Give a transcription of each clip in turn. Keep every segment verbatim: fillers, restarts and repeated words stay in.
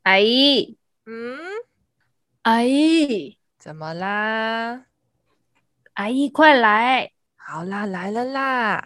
阿姨， 嗯， 阿姨， 怎么啦？ 阿姨，快来！ 好啦，来了啦！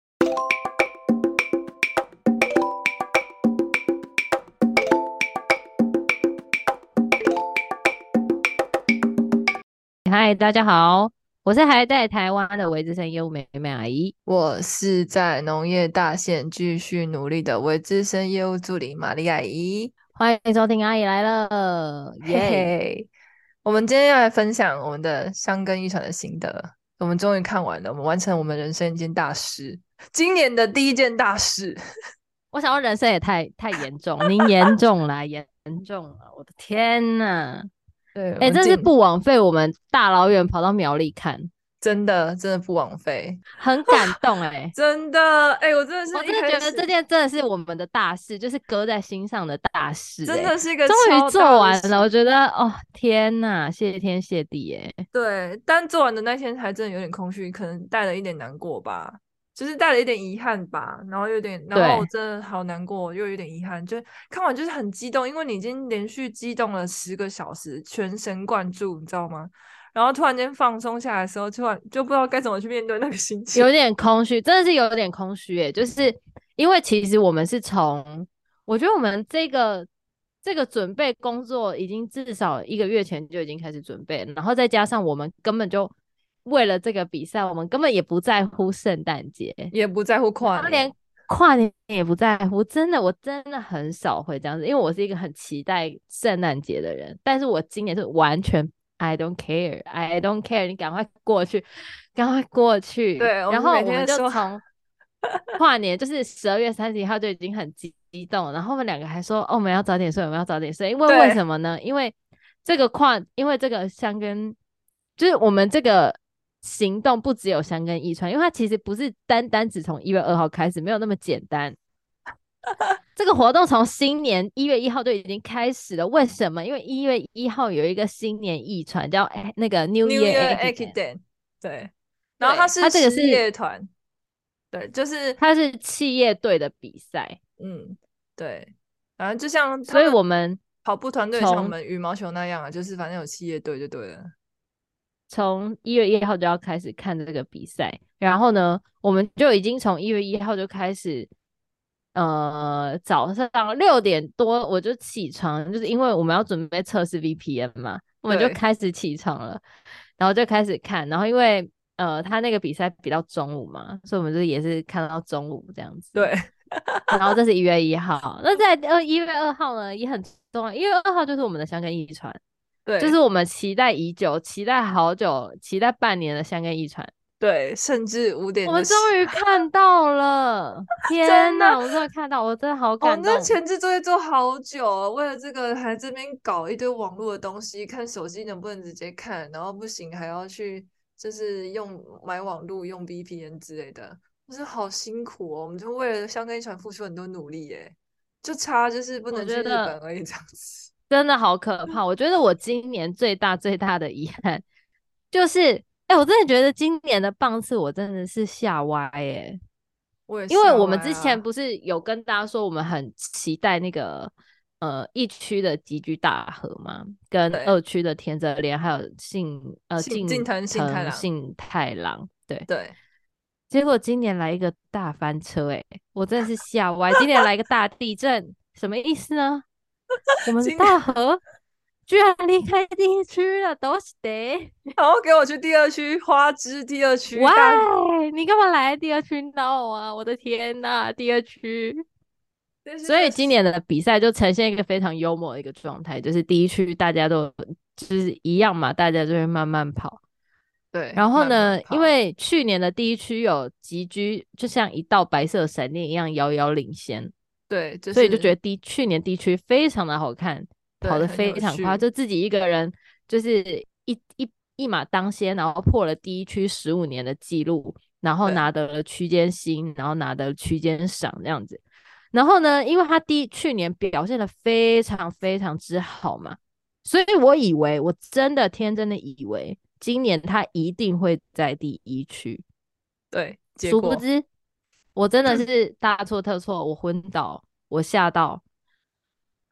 嗨，大家好，我是还在台湾的维资深业务美美阿姨， 我是在农业大县继续努力的为资深业务助理玛丽阿姨。 欢迎收听阿姨来了， 嘿耶！ 嘿，我们今天要来分享我们的香根一传的心得。我们终于看完了，我们完成我们人生一件大事，今年的第一件大事。 我想要人生也太太严重，您严重啦，严重了，我的天呐！ 对，我哎、 们进真是不枉费我们大老远跑到苗栗看， 真的真的不枉费， 很感动哎、 真的，哎、我真的是一我真的觉得这开始件真的是我们的大事，就是搁在心上的大事哎、 真的是一个终于超大的做完了，我事。 觉得哦天呐，谢天谢地哎、 对，但做完的那天还真的有点空虚，可能带了一点难过吧，就是带了一点遗憾吧，然后有点，然后我对， 真的好难过，又有点遗憾，就看完就是很激动，因为你已经连续激动了十个小时，全神贯注，你知道吗？然后突然间放松下来的时候，突然就不知道该怎么去面对那个心情。 有点空虚，真的是有点空虚诶，就是因为其实我们是从，我觉得我们这个这个准备工作已经至少一个月前就已经开始准备，然后再加上我们根本就为了这个比赛，我们根本也不在乎圣诞节， 也不在乎跨年。 然后连跨年也不在乎，真的，我真的很少会这样子，因为我是一个很期待圣诞节的人，但是我今年是完全 I don't care，I don't care，你赶快过去，赶快过去， 对，我们然后我们每天说。 就从跨年就是十二月三十一号就已经很激动，然后我们两个还说，哦，我们要早点睡，我们要早点睡，因为为对， 什么呢？因为这个跨，因为这个香根，就是我们这个行动不只有香根一传，因为它其实不是单单只从一月二号开始，没有那么简单。这个活动从新年一月一号就已经开始了，为什么？因为一月一号有一个新年艺传叫哎那个 New New Year Year Academy， Accident，对，然后他对，它这个是实是业团，对，就是它是企业队的比赛， 嗯，对，反正就像他所以们我们跑步团队，像我从们羽毛球那样啊，就是反正有企业队就对了。 从一月一号就要开始看这个比赛，然后呢，我们就已经从一月一号就开始，呃，早上六点多我就起床，就是因为我们要准备测试 V P N 嘛，我们就对开始起床了，然后就开始看，然后因为呃他那个比赛比较中午嘛，所以我们就也是看到中午这样子。 对然后这是一月一号，那在呃一月二号呢也很重要，一月二号就是我们的香港一传。就是对我们期待已久、期待好久、期待半年的香根一传， 对，甚至五点的时， 我们终于看到了！ 真的， 天呐，我终于看到，我真的好我感动。 那前置作业做好久哦，为了这个还这边搞一堆网络的东西，看手机能不能直接看，然后不行还要去就是用买网络、用 V P N 之类的，就是好辛苦哦。我们就为了香港一传付出很多努力耶，就差就是不我能去日本觉得而已这样子。 真的好可怕。我觉得我今年最大最大的遗憾就是，哎、我真的觉得今年的棒次我真的是吓歪哎、 我也因为吓我们之前歪啊， 不是有跟大家说，我们很期待那个呃一区的集聚大河嘛，跟对， 二区的田泽廉还有信呃近信近藤信太郎， 藤信太郎，对。 对， 结果今年来一个大翻车、欸，我真的是吓歪。今年来一个大地震，什么意思呢？我们今年大河居然离开第一区了，都是得。 然后给我去第二区花枝第二区大， Why？你干嘛来第二区闹啊？我的天呐，第二区！ 但是那个所以今年的比赛就呈现一个非常幽默的一个状态，就是第一区大家都就是一样嘛，大家就会慢慢跑。 对然后慢慢呢，因跑， 为去年的第一区有急居，就像一道白色闪电一样遥遥领先， 对，就是所以就觉得第去年第一区非常的好看，跑对得很有非常快， 趣， 就自己一个人就是一一一马当先，然后破了第一区十五年的记录，然后对拿得了区间新，然后拿得了区间赏这样子。然后呢，因为他第一去年表现的非常非常之好嘛，所以我以为我真的天真的以为今年他一定会在第一区， 对，结果殊不知我真的是大错特错，我昏倒，我吓到，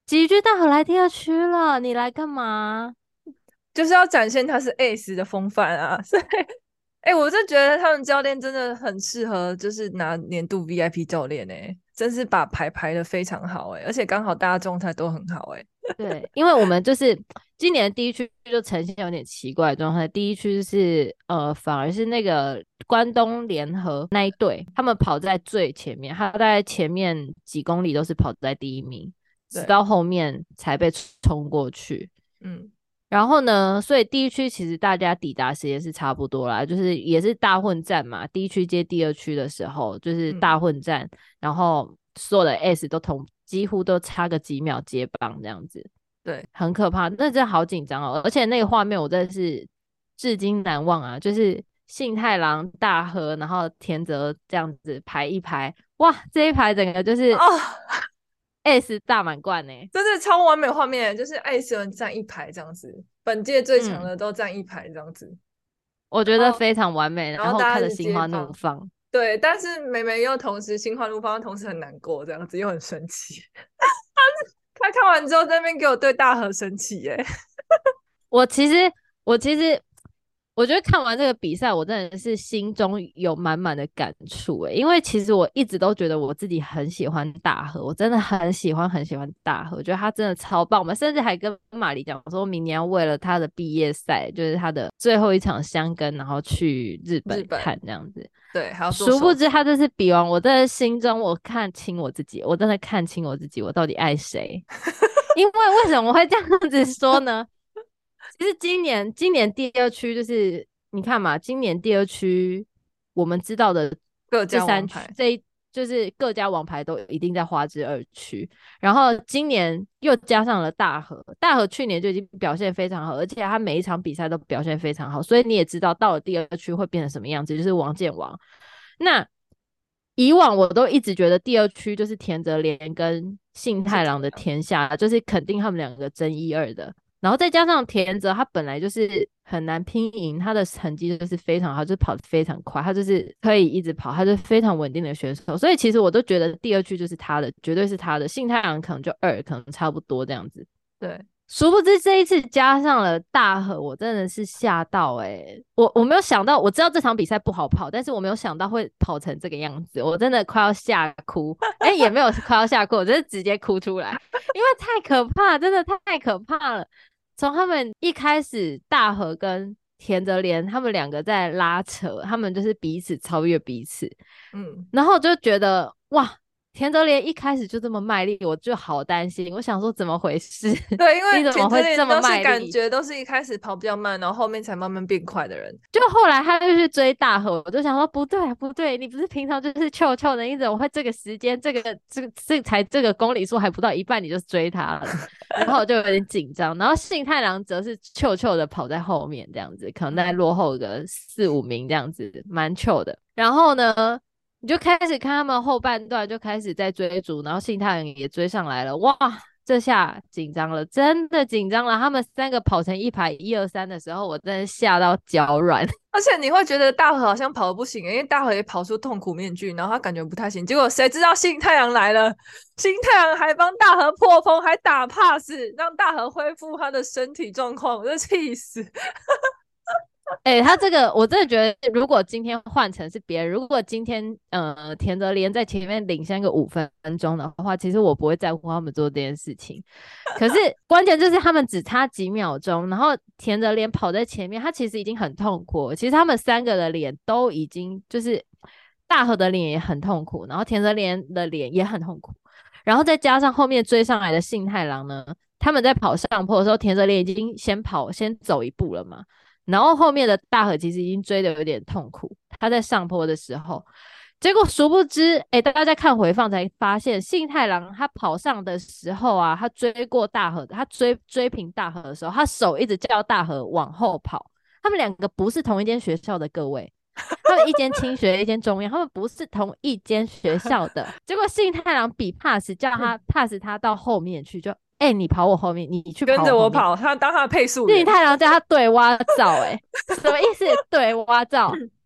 吉居大和来第二区了，你来干嘛？ 就是要展现他是 ace 的风范啊，所以，哎、欸，我就觉得他们教练真的很适合，就是拿年度 V I P 教练哎、欸，真是把牌排的非常好哎、欸，而且刚好大家状态都很好哎、欸。 对，因为我们就是今年第一区就呈现有点奇怪的状态，第一区是呃，反而是那个关东联合那一队，他们跑在最前面，他大概前面几公里都是跑在第一名，直到后面才被冲过去。嗯。然后呢，所以第一区其实大家抵达时间是差不多啦，就是也是大混战嘛。第一区接第二区的时候，就是大混战，嗯、然后所有的 S 都同几乎都差个几秒接棒这样子， 对， 很可怕，那真的好紧张哦。而且那个画面我真的是至今难忘啊，就是信太郎、大和，然后田泽这样子排一排，哇，这一排整个就是哦。S 大满贯呢、欸， 真是超完美画面，就是艾斯人站一排这样子，本届最强的都站一排这样子，嗯、 我觉得非常完美， 然后, 然后看着心花怒放。 对，但是妹妹又同时心花怒放，同时很难过，这样子又很生气。他看完之后在那边给我对大和生气耶。 我其实我其实。我觉得看完这个比赛，我真的是心中有满满的感触诶，因为其实我一直都觉得我自己很喜欢大和，我真的很喜欢很喜欢大和，我觉得他真的超棒。我们甚至还跟马里讲说，明年要为了他的毕业赛，就是他的最后一场箱根，然后去日本看这样子。 对，还要殊不知他这次比完，我真的心中我看清我自己，我真的看清我自己，我到底爱谁？因为为什么会这样子说呢？其实今年今年第二区就是你看嘛，今年第二区我们知道的这三区，这一就是各家王牌都一定在花之二区，然后今年又加上了大和，大和去年就已经表现非常好，而且他每一场比赛都表现非常好，所以你也知道到了第二区会变成什么样子，就是王见王。那以往我都一直觉得第二区就是田泽廉跟信太郎的天下，就是肯定他们两个争一二的。然后再加上田泽，他本来就是很难拼赢，他的成绩就是非常好，就是跑得非常快，他就是可以一直跑，他是非常稳定的选手。所以其实我都觉得第二区就是他的，绝对是他的。信太郎可能就二，可能差不多这样子。对，殊不知这一次加上了大和，我真的是吓到哎、欸！我我没有想到，我知道这场比赛不好跑，但是我没有想到会跑成这个样子，我真的快要吓哭。哎、欸，也没有快要吓哭，我真是直接哭出来，因为太可怕，真的太可怕了。从他们一开始，大和跟田泽廉他们两个在拉扯，他们就是彼此超越彼此，嗯，然后我就觉得哇。田泽廉一开始就这么卖力，我就好担心。我想说怎么回事？ 对，因为你怎么会这么卖力？ 感觉都是一开始跑比较慢，然后后面才慢慢变快的人。 就后来他就去追大和，我就想说不对啊，不对，你不是平常就是臭臭的，你怎么会这个时间，这个这个这才这个公里数还不到一半你就追他了？然后我就有点紧张。然后信太郎则是臭臭的跑在后面，这样子可能大概落后个四五名这样子，蛮臭的。然后呢？你就开始看他们后半段就开始在追逐，然后信太阳也追上来了，哇，这下紧张了，真的紧张了。他们三个跑成一排一二三的时候，我真的吓到脚软。 而且你会觉得大和好像跑得不行，因为大和也跑出痛苦面具，然后他感觉不太行。结果谁知道信太阳来了，信太阳还帮大和破风，还打 pass， 让大和恢复他的身体状况，我就气死。 哎、欸，他这个我真的觉得，如果今天换成是别人，如果今天呃田泽廉在前面领先个五分钟的话，其实我不会在乎他们做这件事情。可是关键就是他们只差几秒钟，然后田泽廉跑在前面，他其实已经很痛苦。其实他们三个的脸都已经就是大和的脸也很痛苦，然后田泽廉的脸也很痛苦，然后再加上后面追上来的信太郎呢，他们在跑上坡的时候，田泽廉已经先跑先走一步了嘛。然后后面的大和其实已经追得有点痛苦，他在上坡的时候，结果殊不知，哎，大家在看回放才发现，信太郎他跑上的时候啊，他追过大和，他追追平大和的时候，他手一直叫大和往后跑。他们两个不是同一间学校的，各位，他们一间清学，一间中央，他们不是同一间学校的。结果信太郎比 pass 叫他 pass 他到后面去，就。哎、欸，你跑我后面，你去跑我跟着我跑，他当他的配速员。 信太郎叫他对挖照、欸，哎，什么意思？对挖照，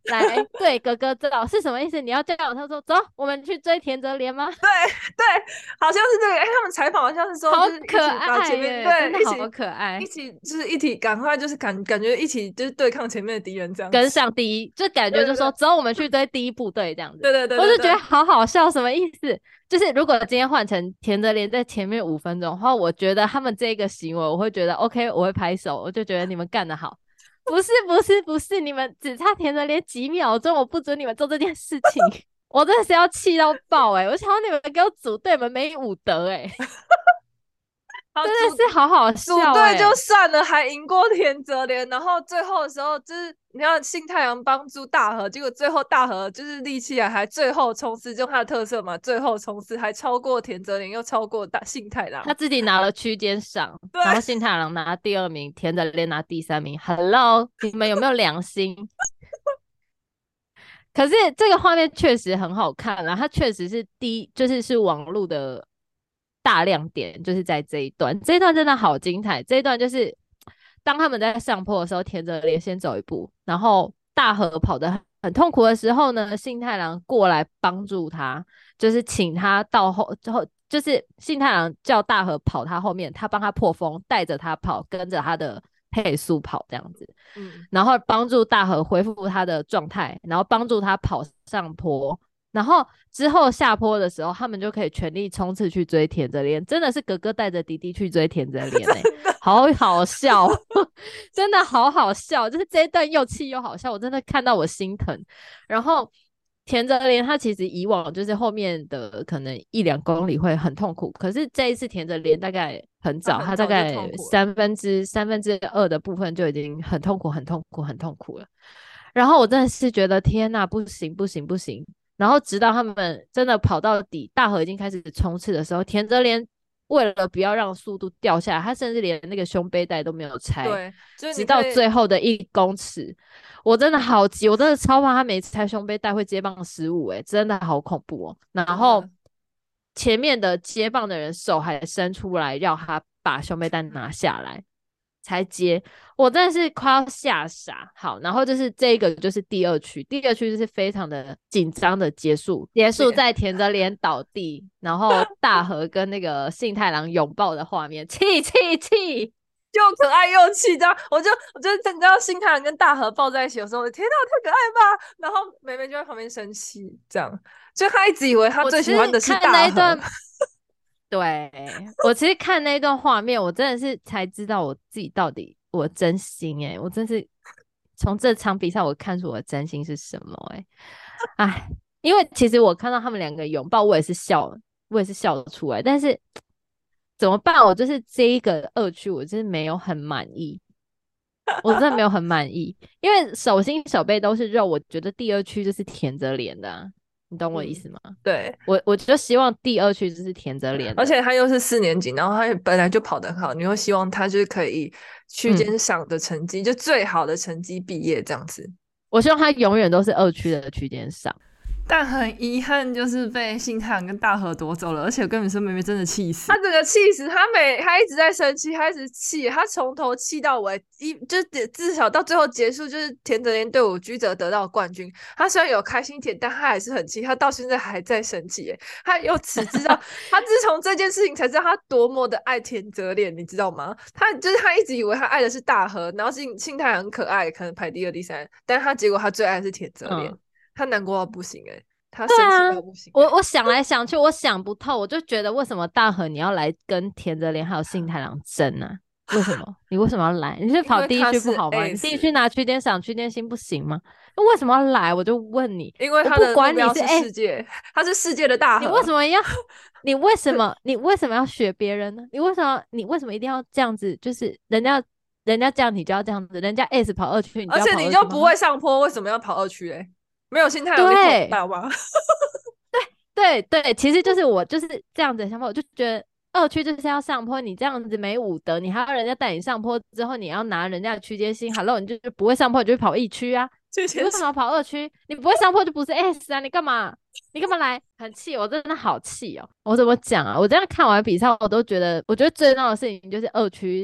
来，对，哥哥知道是什么意思？你要叫我，他说走，我们去追田泽廉吗？ 对对，好像是这个。哎、他们采访好像是说， 好就是一可起把前面爱耶，真的好对一起可爱。 一起就是一起赶快就是感感觉一起就是对抗前面的敌人这样跟子。 上第一，就感觉对对对就说走，我们去追第一部队这样子。 对对对我就觉得对对， 好好笑，什么意思？就是如果今天换成田泽廉在前面五分钟的话，我觉得他们这个行为，我会觉得 OK，我会拍手，我就觉得你们干得好。不是不是不是，你们只差田泽廉几秒钟，我不准你们做这件事情，我真的是要气到爆哎、欸！我想要你们给我组队，你们没武德哎、欸， 好真的组是好好组队就笑哎、欸！ 算了，还赢过田泽廉，然后最后的时候就是你看新太阳帮助大和，结果最后大和就是力气啊，还最后冲刺，就他的特色嘛，最后冲刺还超过田泽廉，又超过大信太郎。 他自己拿了区间赏， 对， 然后信太郎拿第二名，田泽廉拿第三名。Hello，你们有没有良心？可是这个画面确实很好看啦，它确实是第一，就是是网络的大亮点，就是在这一段，这一段真的好精彩。这一段就是当他们在上坡的时候，田泽廉先走一步，然后大和跑得很痛苦的时候呢，信太郎过来帮助他，就是请他到后之后，就是信太郎叫大和跑他后面，他帮他破风，带着他跑，跟着他的配速跑这样子。 嗯， 然后帮助大和恢复他的状态，然后帮助他跑上坡，然后之后下坡的时候，他们就可以全力冲刺去追田泽廉，真的是哥哥带着弟弟去追田泽廉哎、欸，好好笑，真的好好笑，就是这一段又气又好笑，我真的看到我心疼。然后田泽廉他其实以往就是后面的可能一两公里会很痛苦，可是这一次田泽廉大概很早，他大概三分之三分之二的部分就已经很痛苦、很痛苦、很痛苦了。然后我真的是觉得天哪，不行不行不行！然后直到他们真的跑到底，大河已经开始冲刺的时候，田泽廉为了不要让速度掉下来，他甚至连那个胸背带都没有拆， 对，就是直到最后的一公尺，我真的好急，我真的超怕他每次拆胸背带会接棒失误，诶，真的好恐怖哦。然后前面的接棒的人手还伸出来，要他把胸背带拿下来才接，我真的是快要吓傻。好，然后就是这个就是第二区，第二区就是非常的紧张的结束，结束在田泽廉倒地，然后大和跟那个信太郎拥抱的画面，气气气！ 又可爱又气，这样我就我就你知道新太阳跟大和抱在一起的时候，天哪，太可爱吧！然后妹妹就在旁边生气，这样，就她一直以为她最喜欢的是大和。 对，我其实看那一段画面，我真的是才知道我自己到底我真心哎、欸，我真是从这场比赛我看出我的真心是什么哎、欸，哎，因为其实我看到他们两个拥抱，我也是笑，我也是笑得出来，但是怎么办？我就是这一个二区，我就是没有很满意，我真的没有很满意，因为手心手背都是肉，我觉得第二区就是田泽廉的、啊。你懂我意思吗？ 嗯、对， 我我就希望第二区就是田泽廉， 而且他又是四年级，然后他本来就跑得很好，你会希望他就是可以区间赏的成绩、嗯，就最好的成绩毕业这样子。 我希望他永远都是二区的区间赏。 但很遗憾，就是被信太阳跟大和夺走了，而且我跟你说，妹妹真的气死，她整个气死，她每她一直在生气，她一直气，她从头气到尾，一就至少到最后结束，就是田泽廉队伍居泽得到冠军。她虽然有开心点，但她还是很气，她到现在还在生气耶。她由此知道，她自从这件事情才知道她多么的爱田泽廉，你知道吗？她就是她一直以为她爱的是大和，然后信信太阳很可爱，可能排第二、第三，但她结果她最爱的是田泽廉。嗯，他难过到不行哎、欸，他生气到不行、欸啊。我我想来想去，我想不透，我就觉得为什么大和你要来跟田泽廉还有信太郎争呢、啊？为什么？你为什么要来？你是跑第一区不好吗？你第一区拿区间赏、区间星不行吗？为什么要来？我就问你， 因为他的目标是世界，欸、他是世界的大和。 你为什么要？你为什么？你为什么要学别人呢？你为什么？你为什么一定要这样子？就是人家。人家这样你就要这样子，人家 S 跑二区，你就要跑二区， 而且你就不会上坡，为什么要跑二区嘞？没有心态有你跑吗？ 对对对，其实就是我就是这样子的想法，我就觉得二区就是要上坡，你这样子没武德，你还要人家带你上坡之后，你要拿人家的区间星 ，Hello， 你就不会上坡，你就跑一区啊，你为什么要跑二区？你不会上坡就不是 S 啊，你干嘛？你干嘛来？很气，我真的好气哦！我怎么讲啊？我这样看完比赛，我都觉得，我觉得最重要的事情就是二区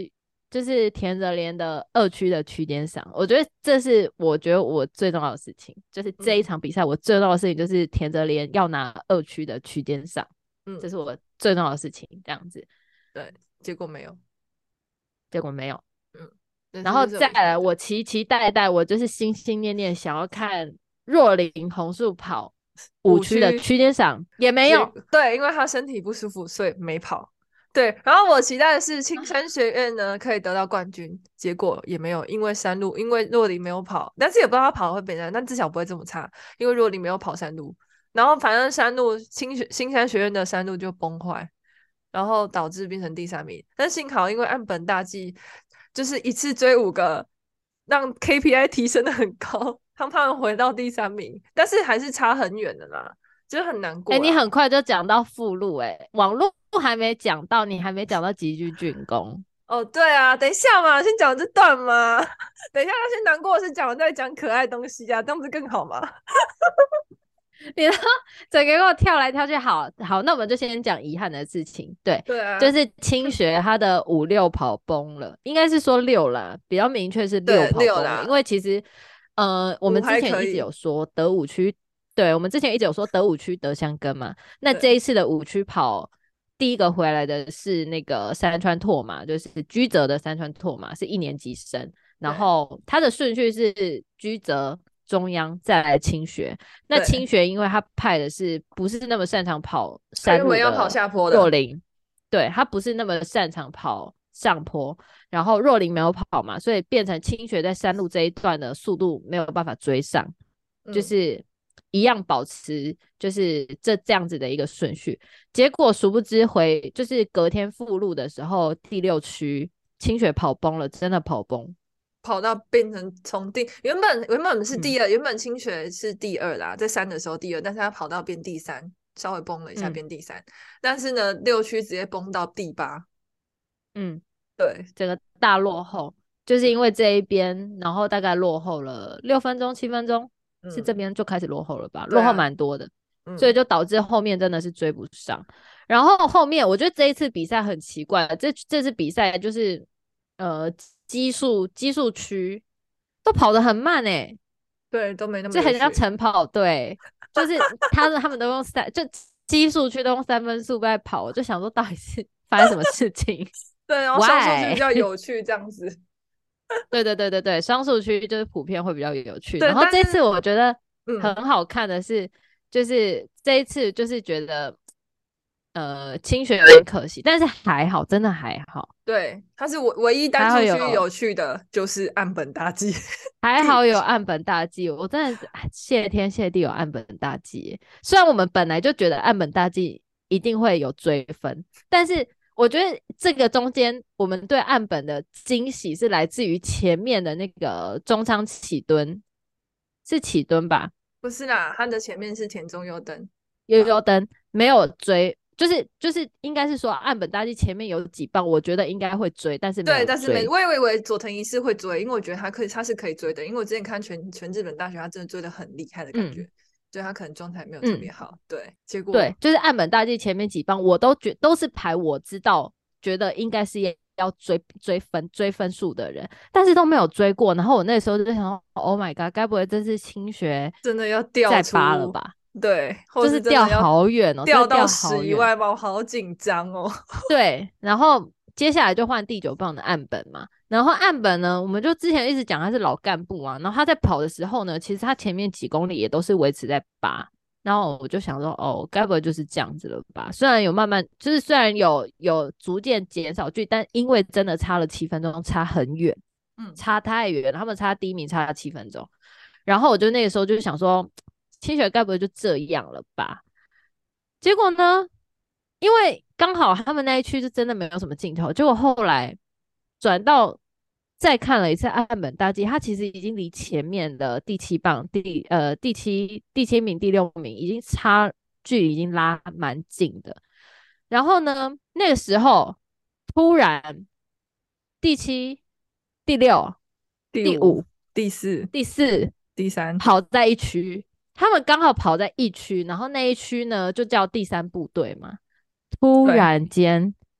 就是田泽廉的二区的区间赏，我觉得这是我觉得我最重要的事情，就是这一场比赛我最重要的事情就是田泽廉要拿二区的区间赏，嗯，这是我最重要的事情，这样子。 对，结果没有， 结果没有， 嗯。 然后再来，我期期待待，我就是心心念念想要看若林红树跑五区的区间赏，也没有。 对，因为他身体不舒服，所以没跑。对，然后我期待的是青山学院呢可以得到冠军，结果也没有，因为山路，因为若林没有跑，但是也不知道他跑会变怎样，但至少不会这么差，因为若林没有跑山路，然后反正山路青青山学院的山路就崩坏，然后导致变成第三名。但幸好因为岸本大纪就是一次追五个，让 K P I 提升的很高，让他们回到第三名，但是还是差很远的啦。就很难过。 哎、欸，你很快就讲到附录，哎，网络还没讲到，你还没讲到极具竣工。 哦，对啊，等一下嘛，先讲这段嘛。等一下，先难过的是讲完再讲可爱东西啊，这样不是更好吗？ 你呢？整个给我跳来跳去，好好，那我们就先讲遗憾的事情。对， 对啊， 就是青学他的五六跑崩了，应该是说六啦，比较明确是六跑崩了，因为其实呃，我们之前一直有说得五区。对，我们之前一直有说得五区得香根嘛，那这一次的五区跑第一个回来的是那个山川拓马，就是居泽的山川拓马，是一年级生，然后他的顺序是居泽、中央再来青学。那青学因为他派的是不是那么擅长跑山路的要跑下坡的若林，对，他不是那么擅长跑上坡，然后若林没有跑嘛，所以变成青学在山路这一段的速度没有办法追上，嗯、就是一样保持就是这这样子的一个顺序。结果殊不知回就是隔天复路的时候，第六区青学跑崩了，真的跑崩。 跑到变成从第原本原本是第二、嗯，原本青学是第二啦，在三的时候第二，但是他跑到变第三，稍微崩了一下变第三、嗯，但是呢六区直接崩到第八， 嗯， 对， 整个大落后，就是因为这一边，然后大概落后了六分钟七分钟、嗯，是这边就开始落后了吧，啊、落后蛮多的、嗯，所以就导致后面真的是追不上。然后后面我觉得这一次比赛很奇怪，这这次比赛就是呃。基数基数区都跑得很慢哎、欸， 对，都没那么就很像晨跑队，就是他们他们都用三，就基数区都用三分速在跑，我就想说到底是发生什么事情？ 对，然后双数区比较有趣这样子。 对对对对对，双数区就是普遍会比较有趣。然后这次我觉得很好看的是，嗯、就是这一次就是觉得。呃，青学有点可惜，但是还好，真的还好。 对，它是唯唯一单数区有趣的，就是岸本大纪。 还好有岸本大纪，我真的是谢天谢地有岸本大纪。虽然我们本来就觉得岸本大纪一定会有追分，但是我觉得这个中间我们对岸本的惊喜是来自于前面的那个中仓启敦，是启敦吧？ 不是啦，他的前面是田中优登， 优优登没有追。就是就是应该是说岸本大纪前面有几棒，我觉得应该会追，但是没有追。 对，但是没，我以为佐藤一世会追，因为我觉得他可以，他是可以追的，因为我之前看全全日本大学，他真的追的很厉害的感觉，所以、嗯、他可能状态没有特别好、嗯。对，结果对，就是岸本大纪前面几棒我都觉都是排我知道，觉得应该是要追追分追分数的人，但是都没有追过。然后我那时候就想说 ，Oh my god， 该不会这是青学真的要掉再扒了吧？ 对， 就是掉好远哦， 掉到十以外吧，我好紧张哦。 对，然后接下来就换第九棒的岸本嘛，然后岸本呢，我们就之前一直讲他是老干部啊，然后他在跑的时候呢，其实他前面几公里也都是维持在八，然后我就想说，哦，该不会就是这样子了吧？虽然有慢慢，就是虽然有有逐渐减少距，但因为真的差了七分钟，差很远，嗯，差太远，他们差第一名差了七分钟，然后我就那个时候就想说。青学该不会就这样了吧？结果呢？因为刚好他们那一区是真的没有什么镜头，结果后来转到再看了一次岸本大纪，他其实已经离前面的第七棒、第呃第七第七名、第六名已经差距已经拉蛮近的。然后呢，那个时候突然第七、第六、第五、 第四、 第四、 第三跑在一区。他们刚好跑在一区，然后那一区呢就叫第三部队嘛。突然间，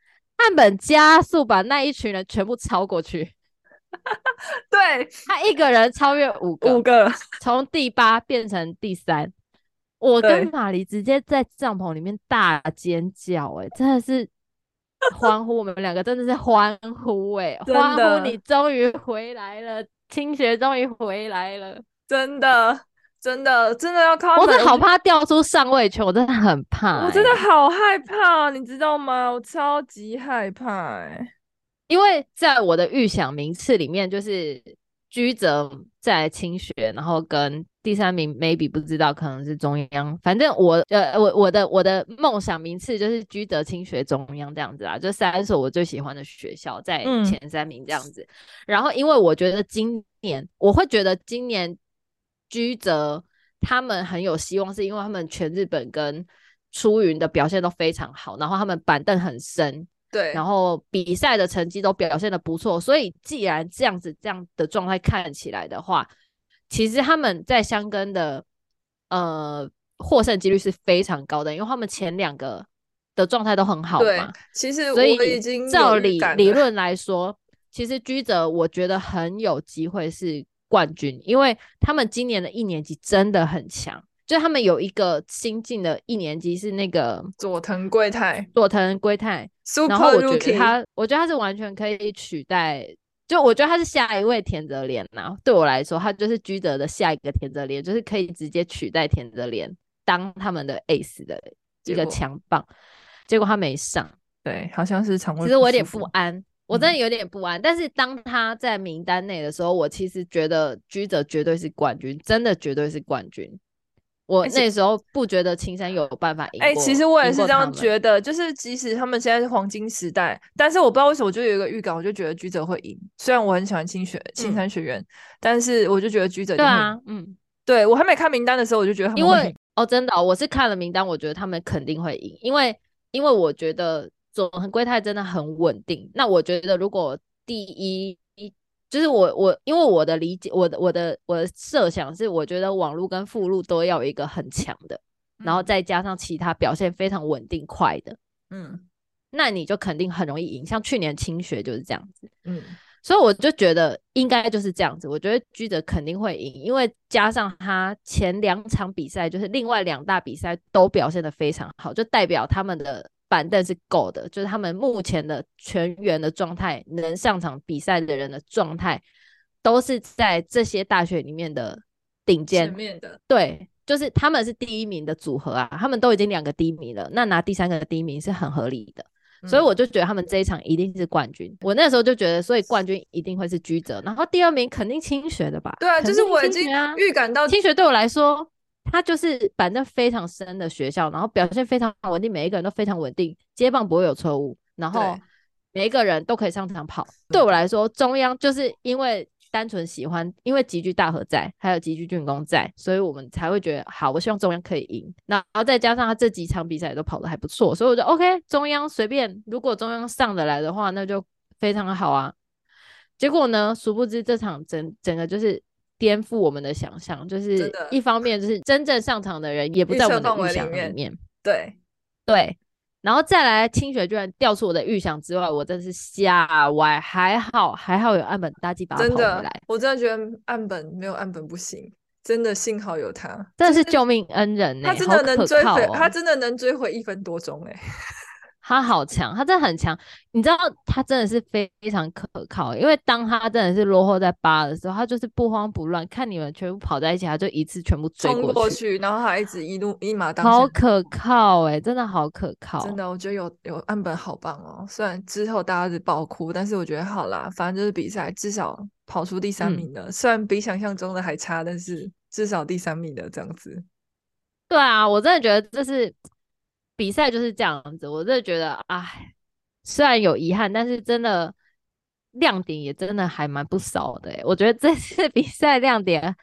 岸本加速把那一群人全部超过去。 对， 他一个人超越五个， 五个， 从第八变成第三。我跟对玛丽直接在帐篷里面大尖叫、欸，哎，真的是欢呼，我们两个真的是欢呼、欸，哎， 真欢呼你的终于回来了，清雪终于回来了。 真的真的真的要靠他们， 我真的好怕掉出上位圈，我真的很怕、欸， 我真的好害怕，你知道吗？我超级害怕、欸， 因为在我的预想名次里面，就是居泽在清雪，然后跟第三名 maybe 不知道可能是中央，反正我呃我我的我的梦想名次就是居泽、清雪、中央这样子啊，就三所我最喜欢的学校在前三名这样子。嗯、然后因为我觉得今年我会觉得今年居泽他们很有希望，是因为他们全日本跟出云的表现都非常好，然后他们板凳很深。 对， 然后比赛的成绩都表现得不错，所以既然这样子这样的状态看起来的话，其实他们在箱根的呃获胜几率是非常高的，因为他们前两个的状态都很好嘛。 其实所我已经照理有预感了理论来说，其实居泽我觉得很有机会是冠军，因为他们今年的一年级真的很强。就他们有一个新进的一年级是那个佐藤圭太， 佐藤圭太， Super 然后我觉得 Rookie， 他，我觉得他是完全可以取代，就我觉得他是下一位田泽廉呐、啊。对我来说，他就是居泽的下一个田泽廉，就是可以直接取代田泽廉当他们的 ace 的一个强棒。结果他没上， 对，好像是肠胃不舒服。 其实我有点不安，我真的有点不安。嗯、但是当他在名单内的时候，我其实觉得居泽绝对是冠军，真的绝对是冠军。我那时候不觉得青山有办法赢过。哎、 欸，其实我也是这样觉得，就是即使他们现在是黄金时代，但是我不知道为什么，我就有一个预感，我就觉得居泽会赢。虽然我很喜欢青学青山学院、嗯，但是我就觉得居泽一定会赢。对啊，嗯，对我还没看名单的时候，我就觉得他们会赢。因为哦，真的、哦，我是看了名单，我觉得他们肯定会赢，因为因为我觉得佐藤圭太真的很稳定。那我觉得如果第一。就是我我因为我的理解，我的我的我的设想是，我觉得网路跟附路都要有一个很强的、嗯，然后再加上其他表现非常稳定快的，嗯，那你就肯定很容易赢。像去年青学就是这样子，嗯，所以我就觉得应该就是这样子。我觉得居泽肯定会赢，因为加上他前两场比赛，就是另外两大比赛都表现得非常好，就代表他们的板凳是够的，就是他们目前的全员的状态，能上场比赛的人的状态，都是在这些大学里面的顶尖。 前面的， 对，就是他们是第一名的组合啊，他们都已经两个第一名了，那拿第三个第一名是很合理的。嗯、所以我就觉得他们这一场一定是冠军。我那时候就觉得，所以冠军一定会是居泽，然后第二名肯定清学的吧？ 对啊，就是我已经预感到清学对我来说。他就是板凳非常深的学校，然后表现非常稳定，每一个人都非常稳定，接棒不会有错误，然后每一个人都可以上场跑。对我来说，中央就是因为单纯喜欢，因为极具大和在，还有极具俊功在，所以我们才会觉得好，我希望中央可以赢。然后再加上他这几场比赛都跑得还不错，所以我就 OK， 中央随便，如果中央上得来的话，那就非常好啊。结果呢，殊不知这场整整个就是颠覆我们的想象，就是一方面就是真正上场的人也不在我们的预想里面， 里面对对，然后再来清雪居然掉出我的预想之外，我真是吓歪。还好还好有岸本大纪把他跑回来， 我真的觉得岸本没有岸本不行，真的幸好有他， 真的是救命恩人呢、欸， 他真的能追回、 哦， 他真的能追回一分多钟哎、欸。 他好强，他真的很强，你知道他真的是非常可靠，因为当他真的是落后在八的时候，他就是不慌不乱，看你们全部跑在一起，他就一次全部追过去， 冲过去，然后还一直一路一马当先， 好可靠哎、欸，真的好可靠， 真的，我觉得有有岸本好棒哦。虽然之后大家是爆哭，但是我觉得好啦，反正就是比赛至少跑出第三名了、嗯，虽然比想象中的还差，但是至少第三名了这样子。 对啊，我真的觉得这是。比赛就是这样子，我真的觉得，哎，虽然有遗憾，但是真的亮点也真的还蛮不少的、欸。我觉得这次比赛亮点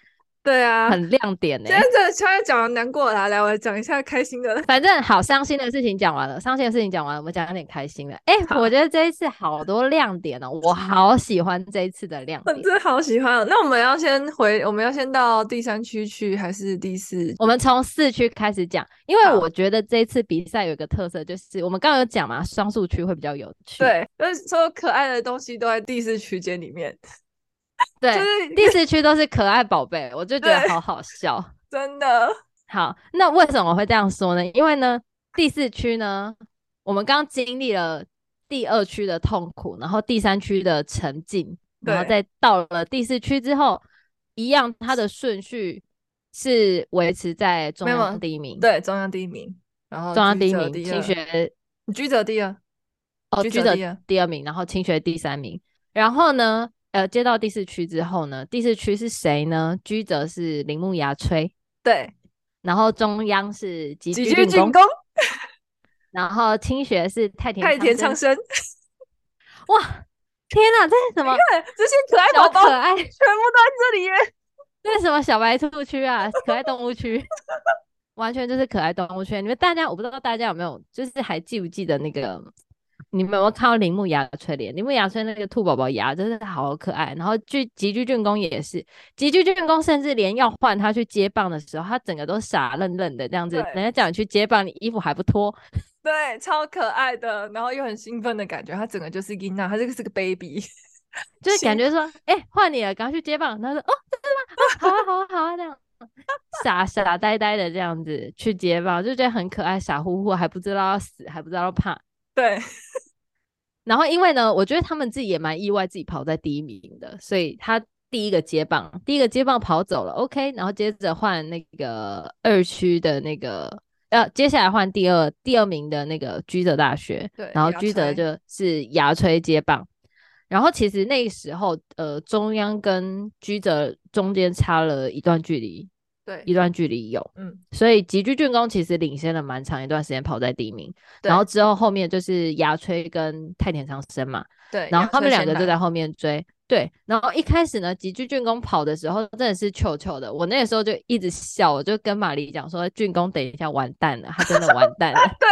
对啊， 很亮点呢、 今天这现在讲完难过的啦，来我来讲一下开心的。 反正好，伤心的事情讲完了，伤心的事情讲完了，我们讲点开心的。哎、 好， 我觉得这一次好多亮点哦，我好喜欢这一次的亮点。 我真的好喜欢哦。那我们要先回，我们要先到第三区去，还是第四？ 我们从四区开始讲，因为好我觉得这一次比赛有一个特色，就是我们刚刚有讲嘛，双数区会比较有趣。 对，就是所有可爱的东西都在第四区间里面。 对， 就是第四区都是可爱宝贝，我就觉得对好好笑。 真的， 好，那为什么会这样说呢？因为呢，第四区呢，我们刚经历了第二区的痛苦，然后第三区的沉静，然后对再到了第四区之后，一样它的顺序是维持在中没有央第一名， 对中央第一名，然后中央第居一名，清泽第二， 学居泽第二， 哦，居泽居泽第二， 第二名，然后清学第三名。然后呢，呃，接到第四区之后呢，第四区是谁呢？居泽是铃木牙吹， 对， 然后中央是吉几居俊功， 居进攻， 然后清学是太田太田昌生。 昌生， 哇，天哪，这是什么看这些可爱小宝宝可爱？ 全部都在这里耶。 这是什么小白兔区啊？可爱动物区，完全就是可爱动物区。你们大家，我不知道大家有没有，就是还记不记得那个？你们有没有看到铃木牙吹脸？铃木牙吹那个兔宝宝牙真是好可爱。然后吉吉居俊功也是，吉居俊功甚至连要换他去接棒的时候，他整个都傻愣愣的这样子。 对人家叫你去接棒，你衣服还不脱， 对，超可爱的，然后又很兴奋的感觉，他整个就是伊娜，他这个是个 baby， 就是感觉说，哎、欸，换你了，赶快去接棒。他说，哦，真的吗？哦，好啊，好啊，好啊，这样傻傻呆呆的这样子去接棒，就觉得很可爱，傻乎乎，还不知道要死，还不知道要怕。 对， 然后因为呢，我觉得他们自己也蛮意外，自己跑在第一名的，所以他第一个接棒，第一个接棒跑走了 ，OK，然后接着换那个二区的那个，呃，接下来换第二第二名的那个居泽大学， 对， 然后牙居泽吹就是牙吹接棒。然后其实那时候，呃，中央跟居泽中间差了一段距离， 对， 一段距离有， 嗯， 所以吉居俊功其实领先了蛮长一段时间，跑在第一名。 对然后之后后面就是牙吹跟太田长生嘛， 对， 然后他们两个牙吹先来就在后面追。对，然后一开始呢，吉居俊功跑的时候真的是糗糗的，我那个时候就一直笑，我就跟玛丽讲说，俊功等一下完蛋了，他真的完蛋了。 对，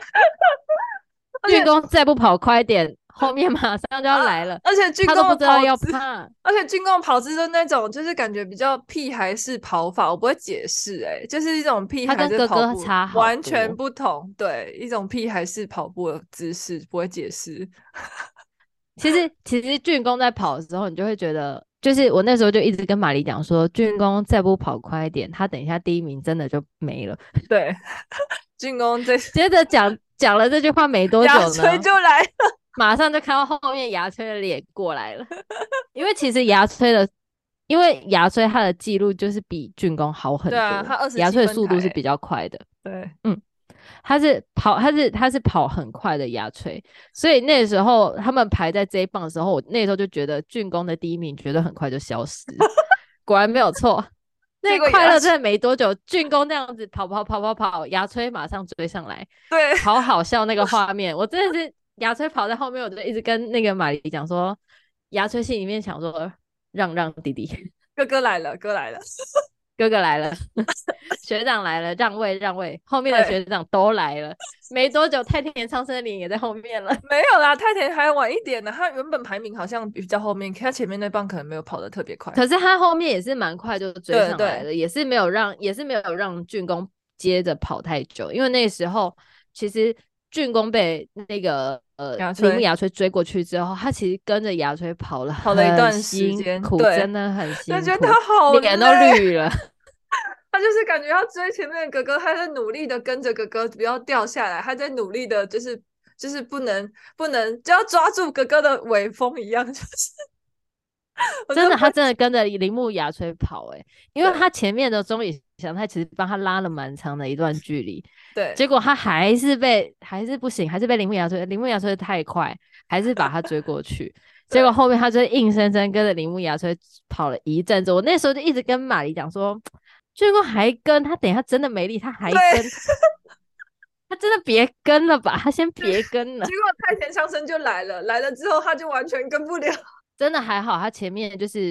俊功再不跑快点，后面马上就要来了， 啊、而且俊他都功不知道要的跑姿， 怕。 而且俊功的跑姿是那种就是感觉比较屁孩式跑法，我不会解释，哎，就是一种屁孩式跑步， 他跟哥哥差好多， 完全不同，对，一种屁孩式跑步的姿势，不会解释。 其实，其实俊功在跑的时候，你就会觉得，就是我那时候就一直跟玛丽讲说，俊功再不跑快一点，他等一下第一名真的就没了。 对，俊功这接着讲讲了这句话没多久呢， 牙吹就来了， 马上就看到后面牙吹的脸过来了。因为其实牙吹的，因为牙吹他的记录就是比俊功好很多， 对啊，他二十牙吹的速度是比较快的。 对， 嗯。他是跑，他是他是跑很快的牙吹，所以那时候他们排在这一棒的时候，我那时候就觉得俊功的第一名绝对很快就消失，果然没有错。那个快乐真的没多久，俊功那样子跑跑跑跑跑，牙吹马上追上来， 对， 好好笑那个画面，我真的是牙吹跑在后面，我就一直跟那个玛丽讲说，牙吹心里面想说让让弟弟， 哥哥来了，哥来了。 哥哥来了，学长来了，让位让位，后面的学长都来了。没多久，太田昌生的脸也在后面了。 没有啦，太田还晚一点呢。他原本排名好像比较后面，他前面那棒可能没有跑得特别快。 可是他后面也是蛮快就追上来了，也是没有让，也是没有让俊功接着跑太久，因为那时候其实俊功被那个呃铃木牙吹追过去之后，他其实跟着牙吹跑了跑了一段时间， 苦，真的很辛苦， 就觉得他好脸都绿了。 他就是感觉要追前面的哥哥，他在努力的跟着哥哥不要掉下来，他在努力的，就是就是不能不能就要抓住哥哥的尾风一样，就是真的，他真的跟着铃木牙吹跑、欸，哎，因为他前面的中野翔太其实帮他拉了蛮长的一段距离， 对， 结果他还是被还是不行，还是被铃木牙吹，铃木牙吹太快，还是把他追过去。结果后面他就硬生生跟着铃木牙吹跑了一阵子，我那时候就一直跟玛丽讲说。俊功还跟他，等一下真的没力，他还跟，他真的别跟了吧，他先别跟了。 结果太田昌生就来了，来了之后他就完全跟不了。 真的还好，他前面就是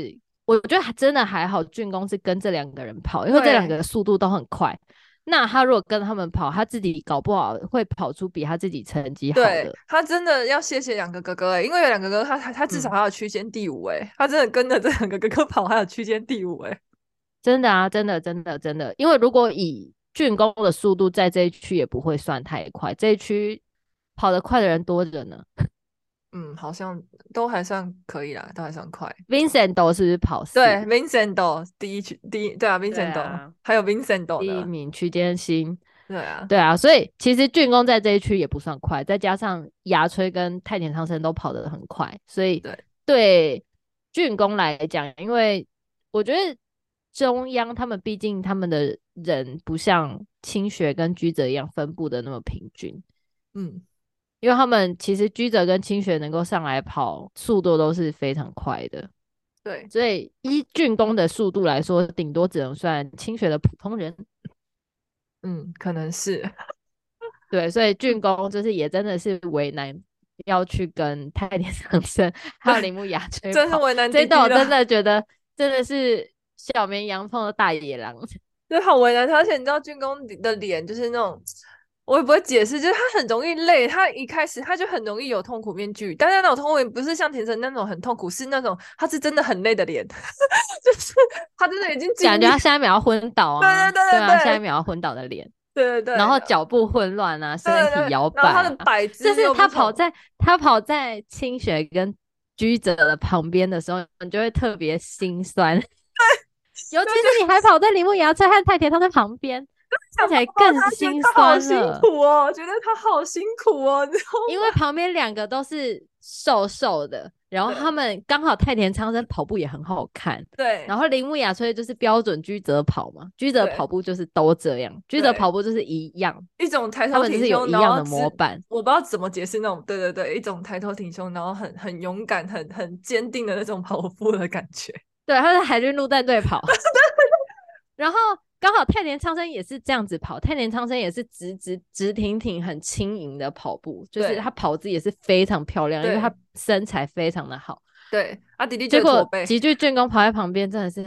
我觉得真的还好，俊公是跟这两个人跑，因为这两对个速度都很快。那他如果跟他们跑，他自己搞不好会跑出比他自己成绩好对， 的。 他真的要谢谢两个哥哥哎、欸，因为有两个哥哥他他他至少嗯， 还有区间第五哎、欸，他真的跟着这两个哥哥跑，还有区间第五哎、欸。 真的啊，真的真的真的，因为如果以俊公的速度在这一区也不会算太快，这一区跑得快的人多着呢。 嗯，好像都还算可以啦，都还算快。 Vincent 都是不是跑对四？ ，Vincent 第一区第一，对啊对 ，Vincent 啊， 还有 Vincent 第一呢， 名区间新。 对啊， 对啊，所以其实俊公在这一区也不算快，再加上牙吹跟太田昌生都跑得很快，所以对对俊公来讲，因为我觉得中央他们毕竟他们的人不像清学跟居泽一样分布的那么平均， 嗯， 因为他们其实居泽跟清学能够上来跑，速度都是非常快的， 对， 所以依俊公的速度来说，顶多只能算清学的普通人。 嗯，可能是， 对，所以俊公就是也真的是为难，要去跟太田长生还有对， 铃木雅吹真是跑， 为难弟这一段我真弟了。 的觉得真的是小绵羊碰到大野狼。 对，好为难他，而且你知道军工的脸就是那种，我也不会解释，就是他很容易累，他一开始他就很容易有痛苦面具，但是那种痛苦面不是像田城那种很痛苦，是那种他是真的很累的脸，就是他真的已经尽力， 感觉他下一秒要昏倒啊， 对对对对啊，下一对对秒要昏倒的脸， 对对对， 然后脚步混乱啊， 对身体对对， 摇然后他的摆啊， 摆姿就是又不同， 他跑在他跑在清雪跟居泽的旁边的时候，你就会特别心酸。尤其是你还跑在铃木雅吹和太田他在旁边，看起来想抱抱他，觉得更心他好辛酸了。 苦哦，觉得他好辛苦哦，你知道因为旁边两个都是瘦瘦的，然后对他们刚好太田昌生跑步也很好看， 对然后铃木雅吹就是标准居泽跑嘛，居泽对跑步就是都这样，居泽对， 跑步就是一样， 一种抬他们就是有头挺胸， 一样的然后只模板。 我不知道怎么解释那种，对对对，一种抬头挺胸，然后很很勇敢、很很坚定的那种跑步的感觉。 对，他在海军陆战队跑，然后刚好太田昌生也是这样子跑，太田昌生也是直直直挺挺、很轻盈的跑步，就是他跑姿也是非常漂亮，因为他身材非常的好。 对，阿迪迪就结果驼背， 极具俊公跑在旁边，真的是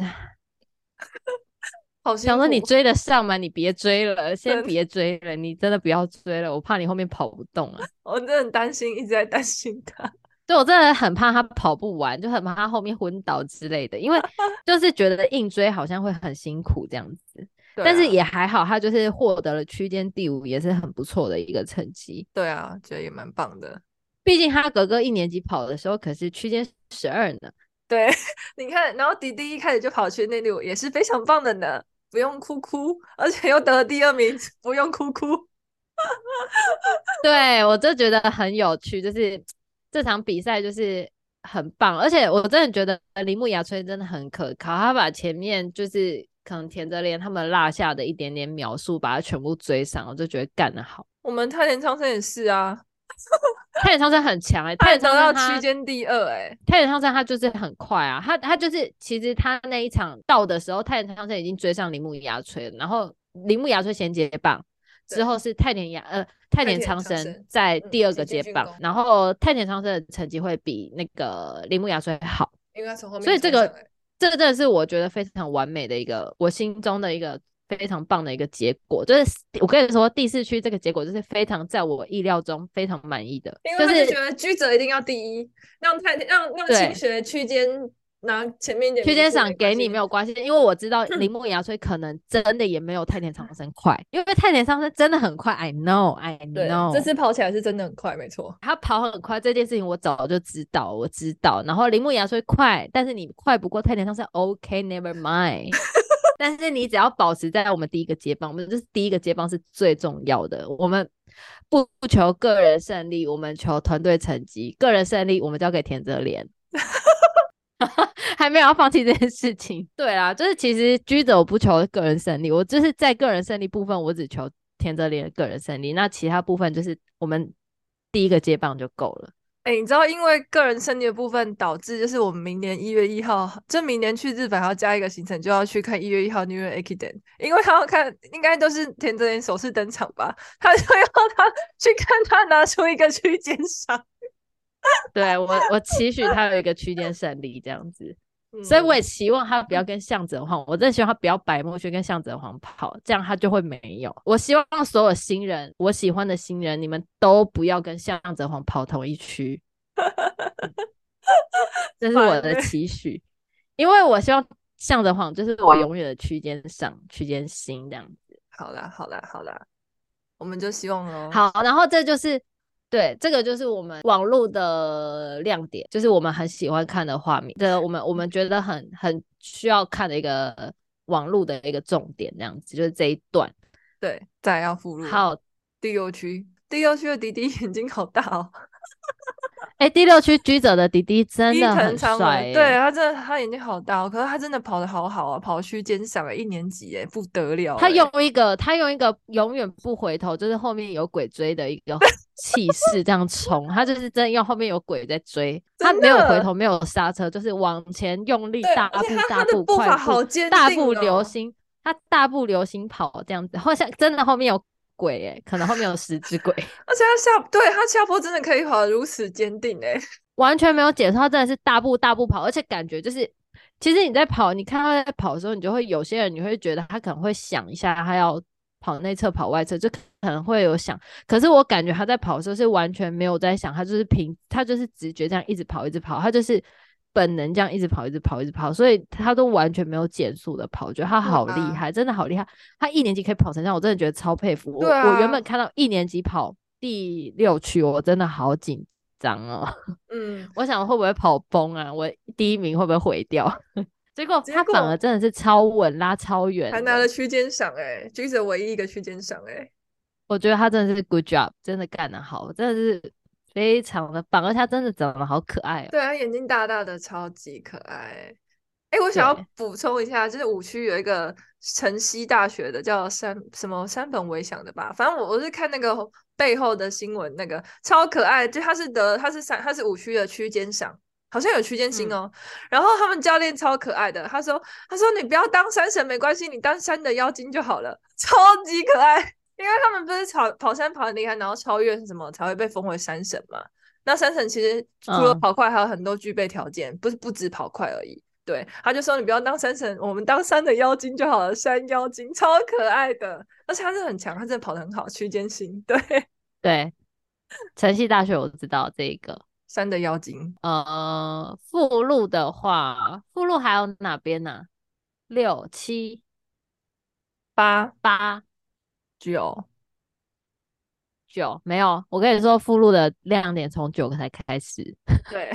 好辛苦， 想说你追得上吗？你别追了，先真的， 别追了，你真的不要追了，我怕你后面跑不动啊。 我真的很担心，一直在担心他。 对我真的很怕他跑不完，就很怕他后面昏倒之类的，因为就是觉得硬追好像会很辛苦这样子。 对但是啊， 也还好，他就是获得了区间第五，也是很不错的一个成绩。 对啊，觉得也蛮棒的。 毕竟他哥哥一年级跑的时候可是区间十二呢。 对，你看，然后迪迪一开始就跑去内六，也是非常棒的呢，不用哭哭，而且又得了第二名，不用哭哭。 对，我就觉得很有趣，就是这场比赛就是很棒，而且我真的觉得铃木雅吹真的很可靠，他把前面就是可能田泽廉他们落下的一点点秒数，把它全部追上，我就觉得干得好。 我们太田昌生也是啊， 太田昌生很强哎、欸， 他也太田得到区昌生他间第二哎、欸， 太田昌生他就是很快啊，他他就是其实他那一场到的时候，太田昌生已经追上铃木雅吹了，然后铃木雅吹衔接棒。之后是太田雅呃太田昌生在第二个接棒，然后太田昌生的成绩会比那个铃木雅吹好， 因为他从后面所以这个这个真的是我觉得非常完美的一个我心中的一个非常棒的一个结果，就是我跟你说第四区这个结果就是非常在我意料中非常满意的， 因为他就觉得居泽一定要第一，让太让让清学区间拿前面一点区间赏给你没有关系，因为我知道铃木雅吹可能真的也没有太田长生快，因为太田长生真的很快 ，I know，I know， 这次跑起来是真的很快，没错， 他跑很快这件事情我早就知道，我知道。然后铃木雅吹快，但是你快不过太田长生 ，OK，never mind。但是你只要保持在我们第一个接棒，我们这是第一个接棒是最重要的。我们不求个人胜利，我们求团队成绩。个人胜利我们交给田泽廉。还没有要放弃这件事情。对啦，就是其实居者我不求个人胜利，我就是在个人胜利部分，我只求田泽廉的个人胜利，那其他部分就是我们第一个接棒就够了。 哎、欸，你知道因为个人胜利的部分导致，就是我们明年一月一号，就明年去日本还要加一个行程，就要去看一月一号 New Year Ekiden，因为他要看，应该都是田泽廉首次登场吧，他就要他去看他拿出一个区间赏。 对我，我期许他有一个区间胜利这样子。 所以我嗯， 也期望他不要跟向泽晃，我真的希望他不要白墨轩跟向泽晃跑，这样他就会没有。我希望所有新人，我喜欢的新人，你们都不要跟向泽晃跑同一区，这是我的烦欸。 期许。因为我希望向泽晃就是我永远的区间上、区间新这样子。 好啦，好啦，好啦，我们就希望咯。 好，然后这就是对，这个就是我们网络的亮点，就是我们很喜欢看的画面，这我们我们觉得很很需要看的一个网络的一个重点，这样子就是这一段。 对，再来要附录了。 好， 第六区，第六区的迪迪眼睛好大哦。 哎，第六区居者的弟弟真伊藤的很昌文，对帅哎， 他真的他眼睛好大哦，可是他真的跑得好好啊，跑区间赏哎，一年级哎，不得了他哎。 用一个他用一个永远不回头，就是后面有鬼追的一个气势这样冲，他就是真的用后面有鬼在追，他真没有回的。 头，没有刹车，就是往前用力， 对， 大而且他他步大步的步伐快步， 好坚大步定哦。 流星，他大步流星跑这样子，好像真的后面有鬼哎，可能后面有十只鬼， 而且他下对他下坡真的可以跑得如此坚定哎。 完全没有解说，他真的是大步大步跑，而且感觉就是，其实你在跑，你看他在跑的时候，你就会有些人你会觉得他可能会想一下，他要跑内侧跑外侧，就可能会有想，可是我感觉他在跑的时候是完全没有在想，他就是凭他就是直觉这样一直跑一直跑，他就是本能这样一直跑一直跑一直跑，所以他都完全没有减速的跑，我觉得他是啊， 好厉害，真的好厉害，他一年级可以跑成这样，我真的觉得超佩服。 对我我原本啊， 看到一年级跑第六区，我真的好紧张哦。 嗯， 我想会不会跑崩啊？我第一名会不会毁掉？结果他反而结果真的是超稳，拉超还远的。 拿了区间赏哎，追着唯一一个区间赏哎。 我觉得他真的是 good job，真的干得好，真的是非常的棒，而且他真的长得好可爱哦。 对他眼睛大大的，超级可爱。哎，我想要对， 补充一下，就是五区有一个城西大学的叫山什么山本维想的吧，反正我我是看那个背后的新闻，那个超可爱，就他是得他是三他是五区的区间赏，好像有区间星嗯， 哦。然后他们教练超可爱的，他说他说你不要当山神没关系，你当山的妖精就好了，超级可爱。因为他们不是跑跑山跑很厉害，然后超越什么才会被封为山神嘛？那山神其实除了嗯， 跑快，还有很多具备条件，不是不止跑快而已。对，他就说你不要当山神，我们当山的妖精就好了，山妖精超可爱的，而且他是很强，他真的跑得很好，区间性。对， 对，城西大学我知道这一个。 山的妖精呃，附录的话，附录还有哪边呢、六七八八九。 九没有，我跟你说，附录的亮点从九个才开始。 对，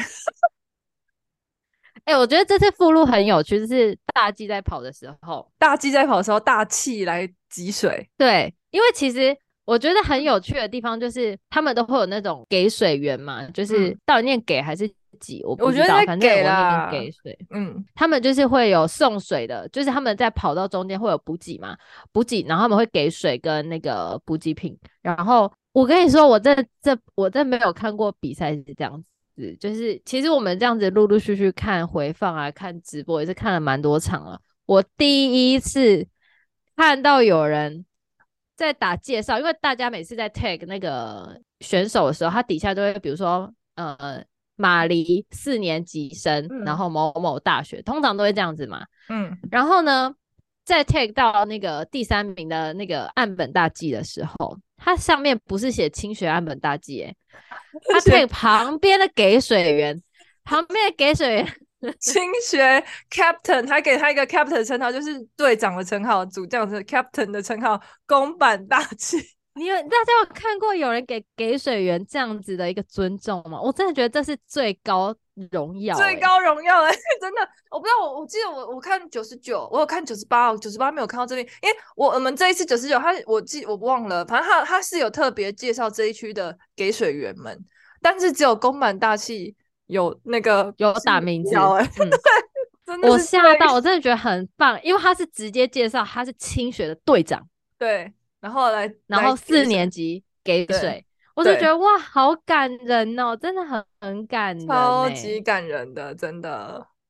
哎、欸我觉得这次附录很有趣，就是大 G 在跑的时候， 大 G 在跑的时候大气来挤水。 对，因为其实我觉得很有趣的地方就是他们都会有那种给水员嘛，就是嗯， 到底念给还是给，我不知道， 我觉得在反正给我念啦。 给水。 嗯他们就是会有送水的，就是他们在跑道中间会有补给嘛，补给，然后他们会给水跟那个补给品。然后我跟你说，我这这我真没有看过比赛是这样子，就是其实我们这样子陆陆续续看回放啊，看直播也是看了蛮多场了。我第一次看到有人在打介绍，因为大家每次在 tag 那个选手的时候，他底下都会比如说呃马黎四年级生，然嗯后某某大学，通常都会这样子嘛。 嗯， 然后呢，在 tag 到那个第三名的那个岸本大纪的时候，它上面不是写清学岸本大纪，诶，它 tag 旁边的给水员，旁边的给水员清学 Captain 还给他一个 Captain 的称号，就是队长的称号，主将的 Captain 的称号，公版大气。 你有大家有看过有人给给水员这样子的一个尊重吗？我真的觉得这是最高荣耀、欸， 最高荣耀哎、欸，真的，我不知道，我我记得我我看九十九，我有看九十八，九十八没有看到这边，因为我我们这一次九十九，他我记我忘了，反正他他是有特别介绍这一区的给水员们，但是只有宫满大气有那个有打名字， 哎、欸， 嗯， 对，真的我是吓到，我真的觉得很棒，因为他是直接介绍他是清学的队长， 对，然后来然后四年级给对水，我就觉对， 得哇，好感人哦，真的很很感人呢、 超级感人的，真的。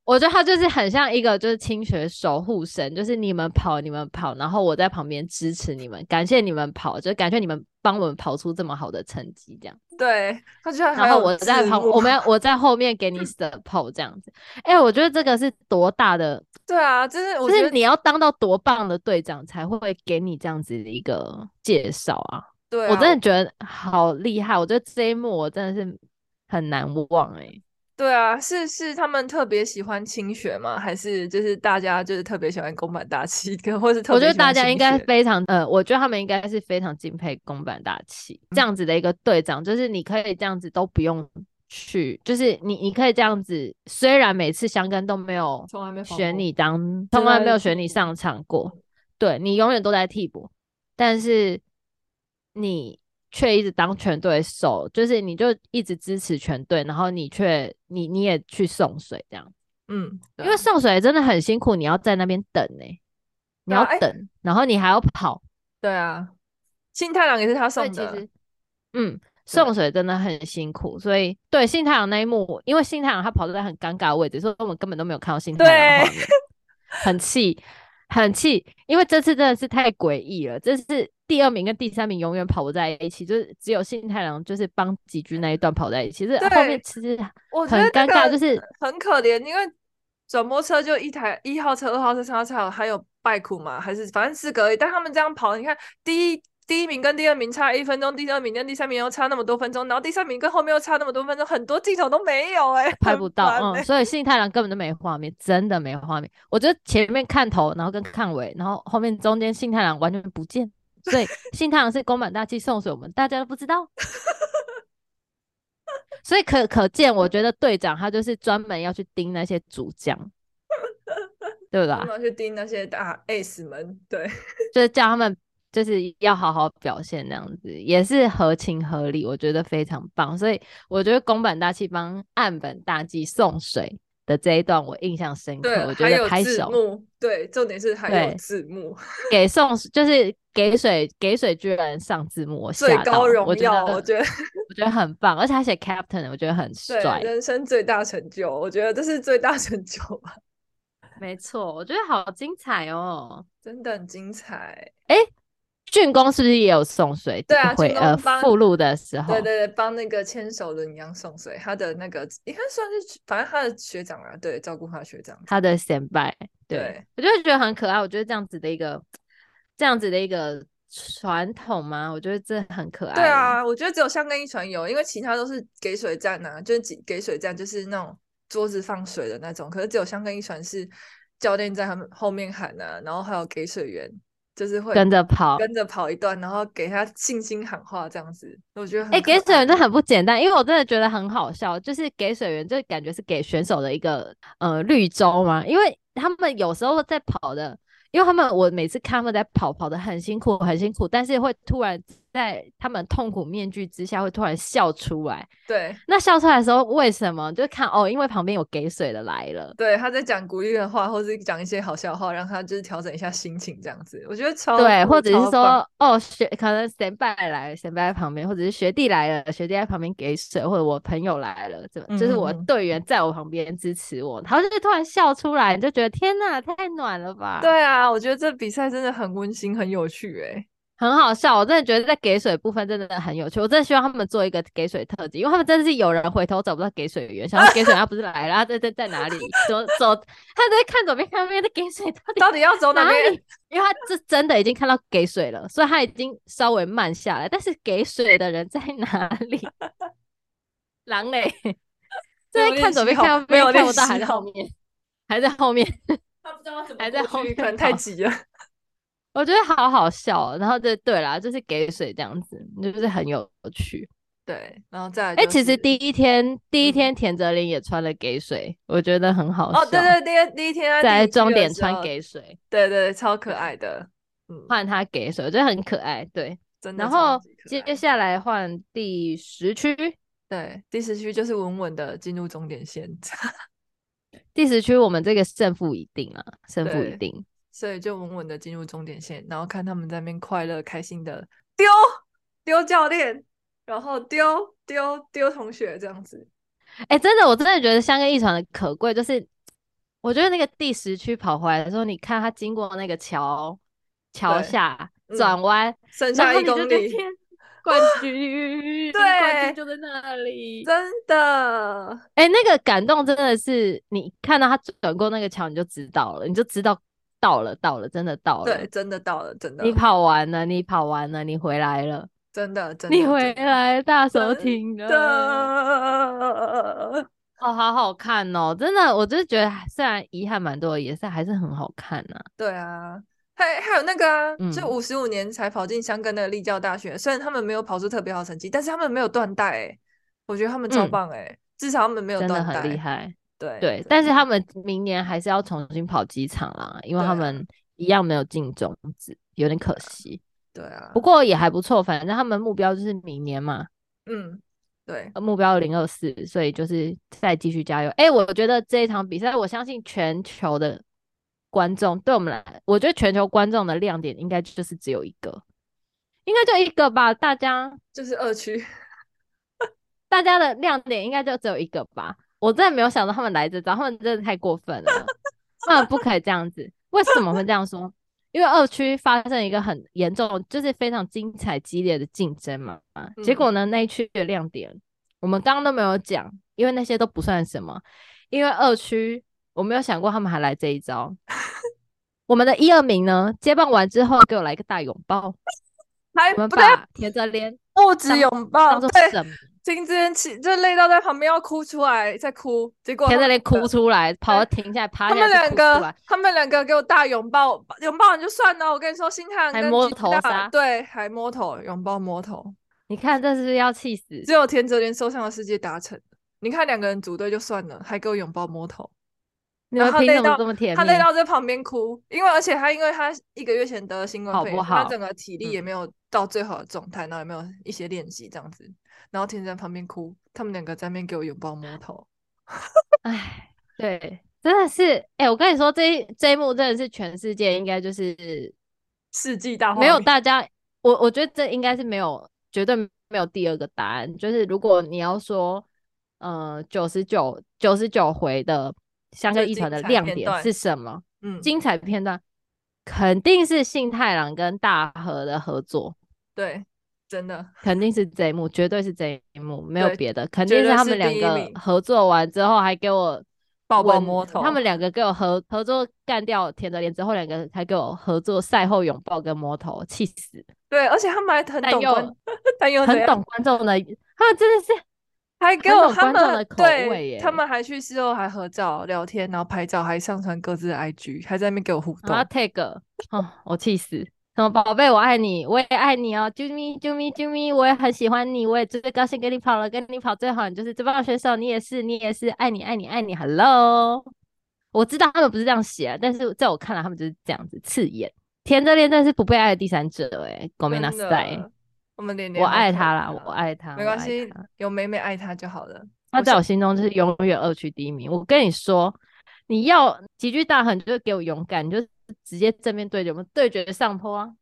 我觉得他就是很像一个就是青学守护神，就是你们跑你们跑，然后我在旁边支持你们，感谢你们跑，就感谢你们帮我们跑出这么好的成绩这样。 对，他居然还有然后我在旁， 字幕。 我们我在后面给你 support 这样子。哎、欸，我觉得这个是多大的， 对啊，就是我觉得， 就是你要当到多棒的队长才会给你这样子的一个介绍啊。 对啊， 我真的觉得好厉害，我觉得这一幕我真的是很难忘哎、欸。 对啊，是是他们特别喜欢清雪吗？还是就是大家就是特别喜欢宫坂大气，跟或是特我觉得别喜欢大家应该清雪？ 非常呃，我觉得他们应该是非常敬佩宫坂大气这样子的一个队长，就是你可以这样子都不用去，就是你你可以这样子，虽然每次箱根都没有从来没跑选过， 你当， 就从来没有在替补。 选你上场过，对你永远都在替补，但是你却一直当全队手，就是你就一直支持全队，然后你却你你也去送水这样， 嗯，对啊， 因为送水真的很辛苦，你要在那边等呢、欸，你对啊，哎， 要等，然后你还要跑， 对啊，新太郎也是他送的， 所以其实嗯， 对送水真的很辛苦，所以对信太郎那一幕，因为信太郎他跑在很尴尬的位置，所以我们根本都没有看到信太郎的对， 画面，很气，很气，因为这次真的是太诡异了，这是第二名跟第三名永远跑不在一起，就是只有信太郎就是帮吉居那一段跑在一起，就是后面对， 其实我觉得很尴尬， 那个就是很可怜，因为转播车就一台一号车、二号车、三号车，还有拜苦嘛，还是反正四个而已。但他们这样跑，你看第一第一名跟第二名差一分钟，第二名跟第三名又差那么多分钟，然后第三名跟后面又差那么多分钟，很多镜头都没有哎、欸，很拍不到，嗯， 烦哎、欸。 所以信太郎根本就没画面，真的没画面。我觉得前面看头，然后跟看尾，然后后面中间信太郎完全不见，所以信太郎是宫坂大气送水，我们大家都不知道。所以可可见，我觉得队长他就是专门要去盯那些主将，对吧？ 要去盯那些大 ace 们，对就是叫他们就是要好好表现，那样子也是合情合理，我觉得非常棒。所以我觉得宫本大气帮岸本大纪送水的这一段我印象深刻， 对， 我觉得还有拍手。 字幕，对，重点是还有对， 字幕， 给送就是给水给水居然上字幕，我最高吓到，我觉得荣耀，我觉得我觉得很棒，而且他写 Captain，我觉得很对帅。 人生最大成就，我觉得这是最大成就吧， 没错，我觉得好精彩哦。 真的很精彩。 诶，竣工是不是也有送水对啊， 回军呃工帮附录的时候， 对对对，帮那个牵手轮一样送水，他的那个应该算是，反正他的学长啊，对，照顾他的学长， 他的显摆，对对我就觉得很可爱。我觉得这样子的一个这样子的一个传统嘛，我觉得这很可爱耶。 对啊，我觉得只有香根一传有，因为其他都是给水站啊，就是给给水站，就是那种桌子放水的那种，可是只有香根一传是教练在他们后面喊啊，然后还有给水员，就是会跟着跑， 跟着跑一段，然后给他信心喊话这样子，我觉得哎、 很可爱。 给水源真的很不简单，因为我真的觉得很好笑，就是给水源就感觉是给选手的一个呃绿洲嘛，因为他们有时候在跑的，因为他们我每次看他们在跑，跑的很辛苦很辛苦，但是会突然在他们痛苦面具之下会突然笑出来， 对那笑出来的时候为什么？就看哦，因为旁边有给水的来了。 对，他在讲鼓励的话，或是讲一些好笑话，让他就是调整一下心情，这样子，我觉得超对， 酷或者是超棒。 说，哦，学可能前辈来了，前辈在旁边，或者是学弟来了，学弟在旁边给水，或者我朋友来了，这嗯就是我嗯嗯， 队员在我旁边支持我，他就突然笑出来，你就觉得天哪，太暖了吧， 对啊，我觉得这比赛真的很温馨，很有趣诶。 很好笑。我真的觉得在给水部分真的很有趣，我真的希望他们做一个给水特辑，因为他们真的是有人回头找不到给水源，想说给水他不是来了，他在在在哪里？走走，他在看左边看右边的给水到底到底要走哪哪边？ 里？因为他这真的已经看到给水了，所以他已经稍微慢下来。但是给水的人在哪里？狼嘞，在没有练看左边习好，没有看右边，看练不到，还在后习好， 面，还在后面， 他不知道怎么还在后过去，可能面跑。 太急了。 我觉得好好笑哦，然后就对啦，就是给水这样子，就是很有趣。 对，然后再来哎、 就是， 其实第一天第一嗯， 天田泽林也穿了给水，我觉得很好哦，对笑， 对，第一第一天在第在一区终点穿的时候， 给水， 对对，超可对， 爱的，嗯， 换他给水，我觉得很可爱。对， 真的超然后级可爱。 接下来换第十区， 对，第十区就是稳稳的进入终点线， 第十区我们这个胜负已定了，胜负已对， 定。 所以就稳稳的进入终点线，然后看他们在那边快乐开心的丢丢教练，然后丢丢丢同学这样子。 哎、真的，我真的觉得香根一传的可贵，就是我觉得那个第十区跑回来的时候，你看他经过那个桥桥对， 下嗯， 转弯， 剩下一然后你就公里， 觉得天，冠军冠军对， 就在那里。 真的， 哎、那个感动真的是你看到他转过那个桥，你就知道了，你就知道到了，到了，真的到对， 了。 真的到了，真你的， 跑完了，你跑完了，你回来了， 真的，真的， 你回真的， 来，大手真停了。 的， 哦，好好看哦，真的，我就是觉得虽然遗憾蛮多的，也是还是很好看呐、 对啊。还还有那个啊，就嗯五十五年才跑进香根那个立教大学，虽然他们没有跑出特别好成绩，但是他们没有断带、欸，我觉得他们超嗯， 棒哎、欸至少他们没有真的很厉断带。 害。 对， 对， 真的， 但是他们明年还是要重新跑机场啦，因为对啊， 他们一样没有进种子，有点可惜。 对啊， 不过也还不错，反正他们目标就是明年嘛， 嗯，对， 呃目标零二四，所以就是再继续加油。哎，我觉得这一场比赛，我相信全球的观众对我们来，我觉得全球观众的亮点应该就是只有一个，应该就一个吧。大家就是二区， 大家的亮点应该就只有一个吧。我真的没有想到他们来这招，他们真的太过分了，他们不可以这样子。为什么会这样说？因为二区发生一个很严重，就是非常精彩激烈的竞争嘛。结嗯， 果呢，那一区的亮点我们刚刚都没有讲，因为那些都不算什么。因为二区我没有想过他们还来这一招。我们的一二名呢，接棒完之后给我来一个大拥抱，我们还不对， 把田泽廉物质当拥抱， 当做对， 什么？ 金之前起就累到在旁边要哭出来，在哭，结果他们田泽廉哭两个， 出来，跑到对， 停下来，趴他们下去两个， 哭出来， 他们两个给我大拥抱，拥抱完就算了。我跟你说，新太阳跟还摸橘子大， 头杀。 对，还摸头，拥抱摸头， 你看这是不是要气死？ 只有田泽连受伤的世界达成。你看两个人组队就算了，还给我拥抱摸头。 你然们凭什么后他累到这么甜他累蜜？ 到在旁边哭，因为而且他因为他一个月前得了新冠好肺炎，他不好？ 整个体力嗯， 也没有到最好的状态，然后也没有一些练习这样子，然后天天在旁边哭，他们两个在那边给我拥抱摸头， 哎，对，真的是，哎、欸我跟你说，这一这一幕真的是全世界应该就是世纪大没画面。 有大家，我我觉得这应该是没有绝对没有第二个答案。就是如果你要说，呃，九十九九十九回的香最根一团的精彩亮点片段， 是什么？ 嗯， 精彩片段肯定是信太郎跟大和的合作。 对，真的， 肯定是这一幕，绝对是这一幕，没有对， 别的，肯定是他绝对是们两个第一名， 合作完之后还给我抱抱吻， 摸头， 他们两个给我合合作干掉田泽廉之后，两个还给我合作赛后拥抱跟摸头，气死！ 对，而且他们还很懂观， 但又但又怎样？ 很懂观众的，他们真的是还给很懂我他们观众的口味对他耶。 们还去事后还合照聊天，然后拍照，还上传各自的 I G，还在那边给我互然后动。 take，哦，我气死！什么宝贝，我爱你，我也爱你哦，啾咪啾咪啾咪，我也很喜欢你，我也最高兴跟你跑了，跟你跑最好，你就是这棒选手，你也是，你也是，爱你爱你爱你，Hello。我知道他们不是这样写啊，但是在我看来，他们就是这样子刺眼。田泽廉真的是不被爱的第三者哎、欸，狗面那真塞， 的，我们连我连好可爱他啦，我怕， 爱他， 没我爱关系， 他。 有妹妹爱他就好了。 他在我想， 我心中就是永远二区第一名。我跟你说，你要极具大狠，你就给我勇敢，你就直接正面对决，我们对决上坡啊，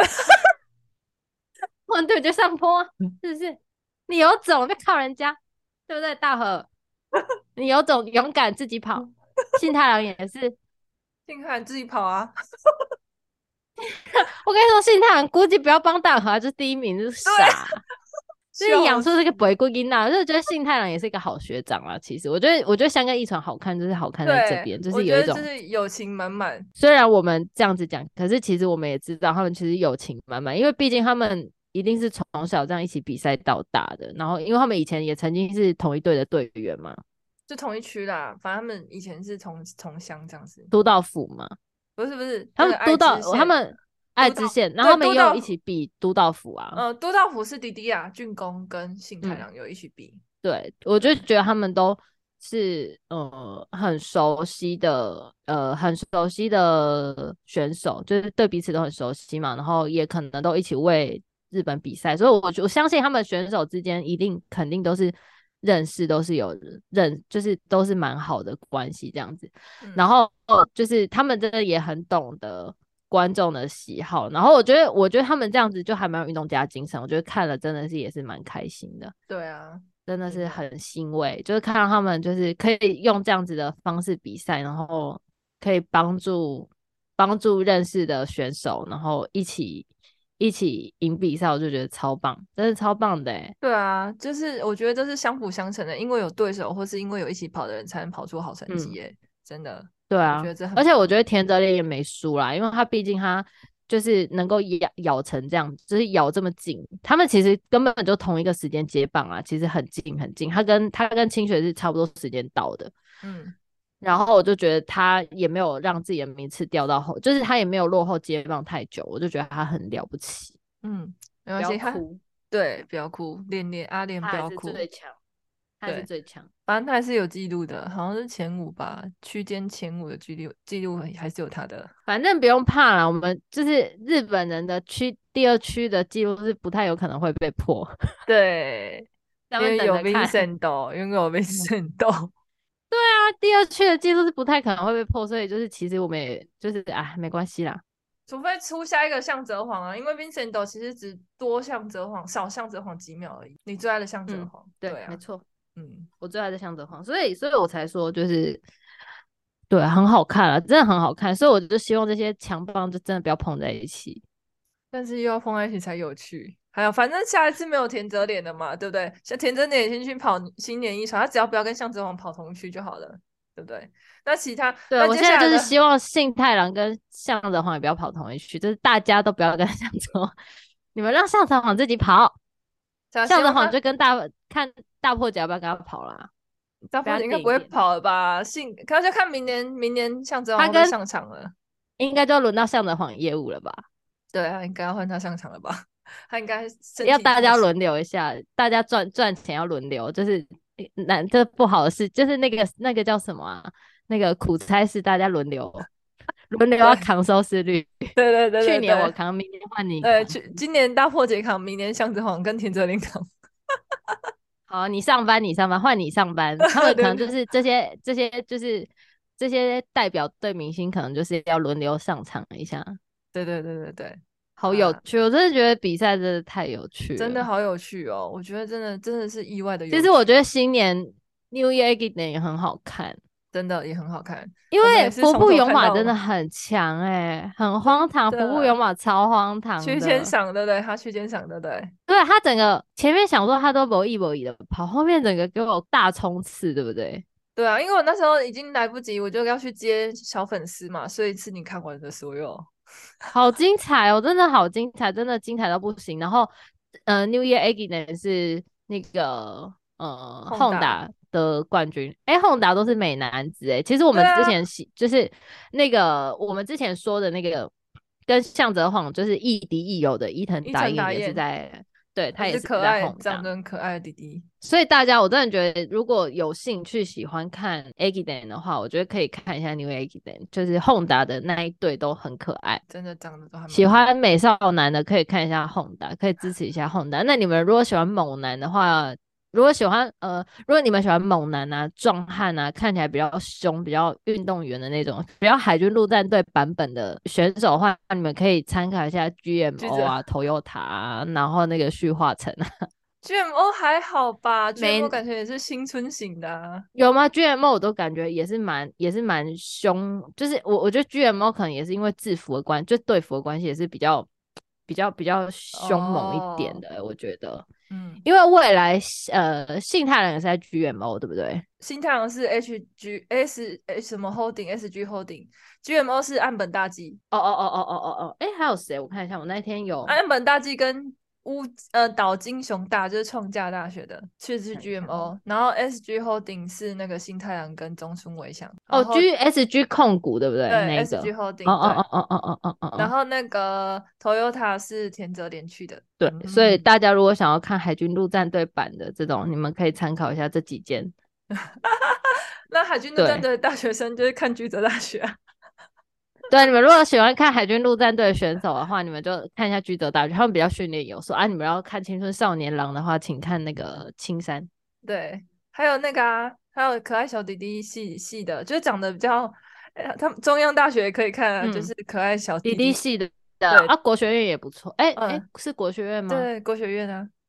我们对决上坡啊，是不是？你有种，别靠人家，对不对？大和，你有种，勇敢自己跑。信太郎也是， 信看自己跑啊， 我跟你说，信太郎估计不要帮大和，就是第一名，就是对， 傻。就是养笑死出这个鬼姑音娜，就是觉得信太郎也是一个好学长啊。其实我觉得，我觉得香港一传好看，就是好看在这对， 边，就我是有一种觉得就是友情满满。 虽然我们这样子讲，可是其实我们也知道他们其实友情满满，因为毕竟他们一定是从小这样一起比赛到大的，然后因为他们以前也曾经是同一队的队员嘛， 就同一区啦，反正他们以前是同同乡这样子， 都道府嘛， 不是不是， 他那个爱们都道知县， 他们爱都道知县，然后对他们也有一都道府， 起比都道府啊， 呃，都道府是迪迪亚、俊公跟信太嗯， 郎有一起比， 对，我就对， 觉得他们都是呃很熟悉的，呃很熟悉的选手，就是对彼此都很熟悉嘛，然后也可能都一起为日本比赛，所以我我相信他们选手之间一定肯定都是认识，都是有认，就是都是蛮好的关系这样子。然嗯， 后就是他们真的也很懂得观众的喜好，然后我觉得我觉得他们这样子就还蛮有运动家精神，我觉得看了真的是也是蛮开心的。 对啊， 真的真的。 是很欣慰，就是看到他们就是可以用这样子的方式比赛，然后可以帮助帮助认识的选手，然后一起一起赢比赛，我就觉得超棒，真的超棒的欸。 对啊，就是我觉得这是相辅相成的，因为有对手，或是因为有一起跑的人，才能跑出好成绩嗯， 耶！真的， 对啊， 我觉得这很而且我棒。 觉得田泽廉也没输啦，因为他毕竟他就是能够咬咬成这样，就是咬这么紧。他们其实根本就同一个时间接棒啊，其实很近很近。他跟他跟清水是差不多时间到的， 嗯然后我就觉得他也没有让自己的名次掉到后，就是他也没有落后接棒太久，我就觉得他很了不起。 嗯，没关不要系，他哭， 对，不要哭，练练阿练他还是不要哭。 最强，他还是对， 最强。 反正他还是有记录的，好像是前五吧，区间前五的记录记录还是有他的。 反正不用怕啦，我们就是日本人的区第二区的记录是不太有可能会被破， 对， 咱们因为有等着看。 Vincent，因为有 Vincent。 他第二区的记录是不太可能会被破，所以就是其实我们也就是啊，没关系啦。 除非出下一个向泽晃啊，因为 Vincent 其实只多向泽晃少向泽晃几秒而已。你最爱的向泽嗯， 晃， 对， 对啊， 没错， 嗯， 我最爱的向泽晃，所以所以我才说就是对，很好看啊，真的很好看，所以我就希望这些强棒就真的不要碰在一起。 但是又要放在一起才有趣。还有，反正下一次没有田泽脸的嘛，对不对？像田泽脸先去跑新年一场，他只要不要跟向泽晃跑同区就好了，对不对？那其他， 对， 那我现在就是接下来的， 希望信太郎跟向泽晃也不要跑同一区，就是大家都不要跟向泽晃，你们让向泽晃自己跑，向泽晃想希望他就跟大看大破解要不要跟他跑啦，被他大破姐应该垫一垫。 不会跑了吧？信，可是要看明年，明年向泽晃会不会他跟上场了？ 应该就轮到向泽晃业务了吧？ 对啊，应该要换他上场了吧？他应该身要体这么， 大家轮流一下，大家赚赚钱要轮流，就是难这不好的事，就是那个那个叫什么啊？那个苦差事，大家轮流轮流要对扛收视率。 对对对去对对。 年我扛，明年换你对， 扛。 去今年大破解扛，明年向子晃跟田泽林扛。 好，你上班，你上班，换你上班。他们可能就对是这些这些就是这些代表队明星，可能就是要轮流上场一下。 对对对对对， 好有啊， 趣，我真的觉得比赛真的太有趣了。 真的好有趣哦！我觉得真的真的是意外的其有趣， 实我觉得新年 New Year Egg 也很好看。 真的也很好看。 因我们也为服部是从头勇马真的看到， 很强诶、很荒真唐，服部勇的马超荒唐区间的。 赏对不对？他区间赏对不对？ 对，他整个前面想说他都不一不一的跑，后面整个给我大冲刺，对不对？ 对啊，因为我那时候已经来不及，我就要去接小粉丝嘛，所以是你看完的所有。 好精彩哦，真的好精彩，真的精彩到不行。然后，呃，New Year Egg 呢是那个呃轰打， Honda 的冠军，诶 h o n d a 都是美男子诶。其实我们之对啊， 前喜就是那个我们之前说的那个跟向泽晃就是亦敌亦友的伊藤一达彦也是城打雁， 在，对他也是也是在可爱，长 Honda。 得很可爱的弟弟。 所以大家，我真的觉得，如果有兴趣喜欢看 e g i d e n 的话，我觉得可以看一下 New e g i d e n 就是 Honda 的那一对都很可爱。 真的长得都还蛮喜可爱的。 欢美少男的可以看一下 Honda，可以支持一下 Honda。那你们如果喜欢猛男的话，如果喜欢呃，如果你们喜欢猛男啊、壮汉啊，看起来比较凶、比较运动员的那种，比较海军陆战队版本的选手的话，你们可以参考一下句子 G M O 啊、Toyota 啊，然后那个旭化成啊， G M O 还好吧？G M O 没感觉也是青春型的啊。 有吗？G M O 我都感觉也是蛮也是蛮凶，就是我我觉得 G M O 可能也是因为制服的关，就队服的关系，也是比较比较比较凶猛一点哦， 的，我觉得。 嗯， 因为未来呃信泰人也是在 G M O 对不对？ 新太阳是 H G S H 什么 Holding S G Holding，G M O 是岸本大纪， 哦哦哦哦哦哦哦，哎，还有谁？我看一下，我那天有岸本大纪跟乌呃岛津雄大就是创价大学的，确实是看一下哦。 G M O，然后 S G Holding 是那个新太阳跟中村伟翔，然哦后 ，G S G 控股对不对？ 对那一个。 S G 哦 Holding 对， 哦哦哦哦哦哦哦哦。 然后那个 Toyota 是田泽连去的， 对，所以嗯。 大家如果想要看海军陆战队版的这种，你们可以参考一下这几间。 那海军陆战对。 队的大学生就是看居泽大学啊。 对，你们如果喜欢看海军陆战队的选手的话，你们就看一下居泽大学，他们比较训练有素啊。你们要看青春少年郎的话，请看那个青山。 对，还有那个啊，还有可爱小弟弟系系的，就是长得比较，呃他们中央大学也可以看啊，就是嗯， 可爱小滴弟弟。 滴系的的对， 啊，国学院也不错。哎哎， 嗯， 是国学院吗？ 对，国学院啊，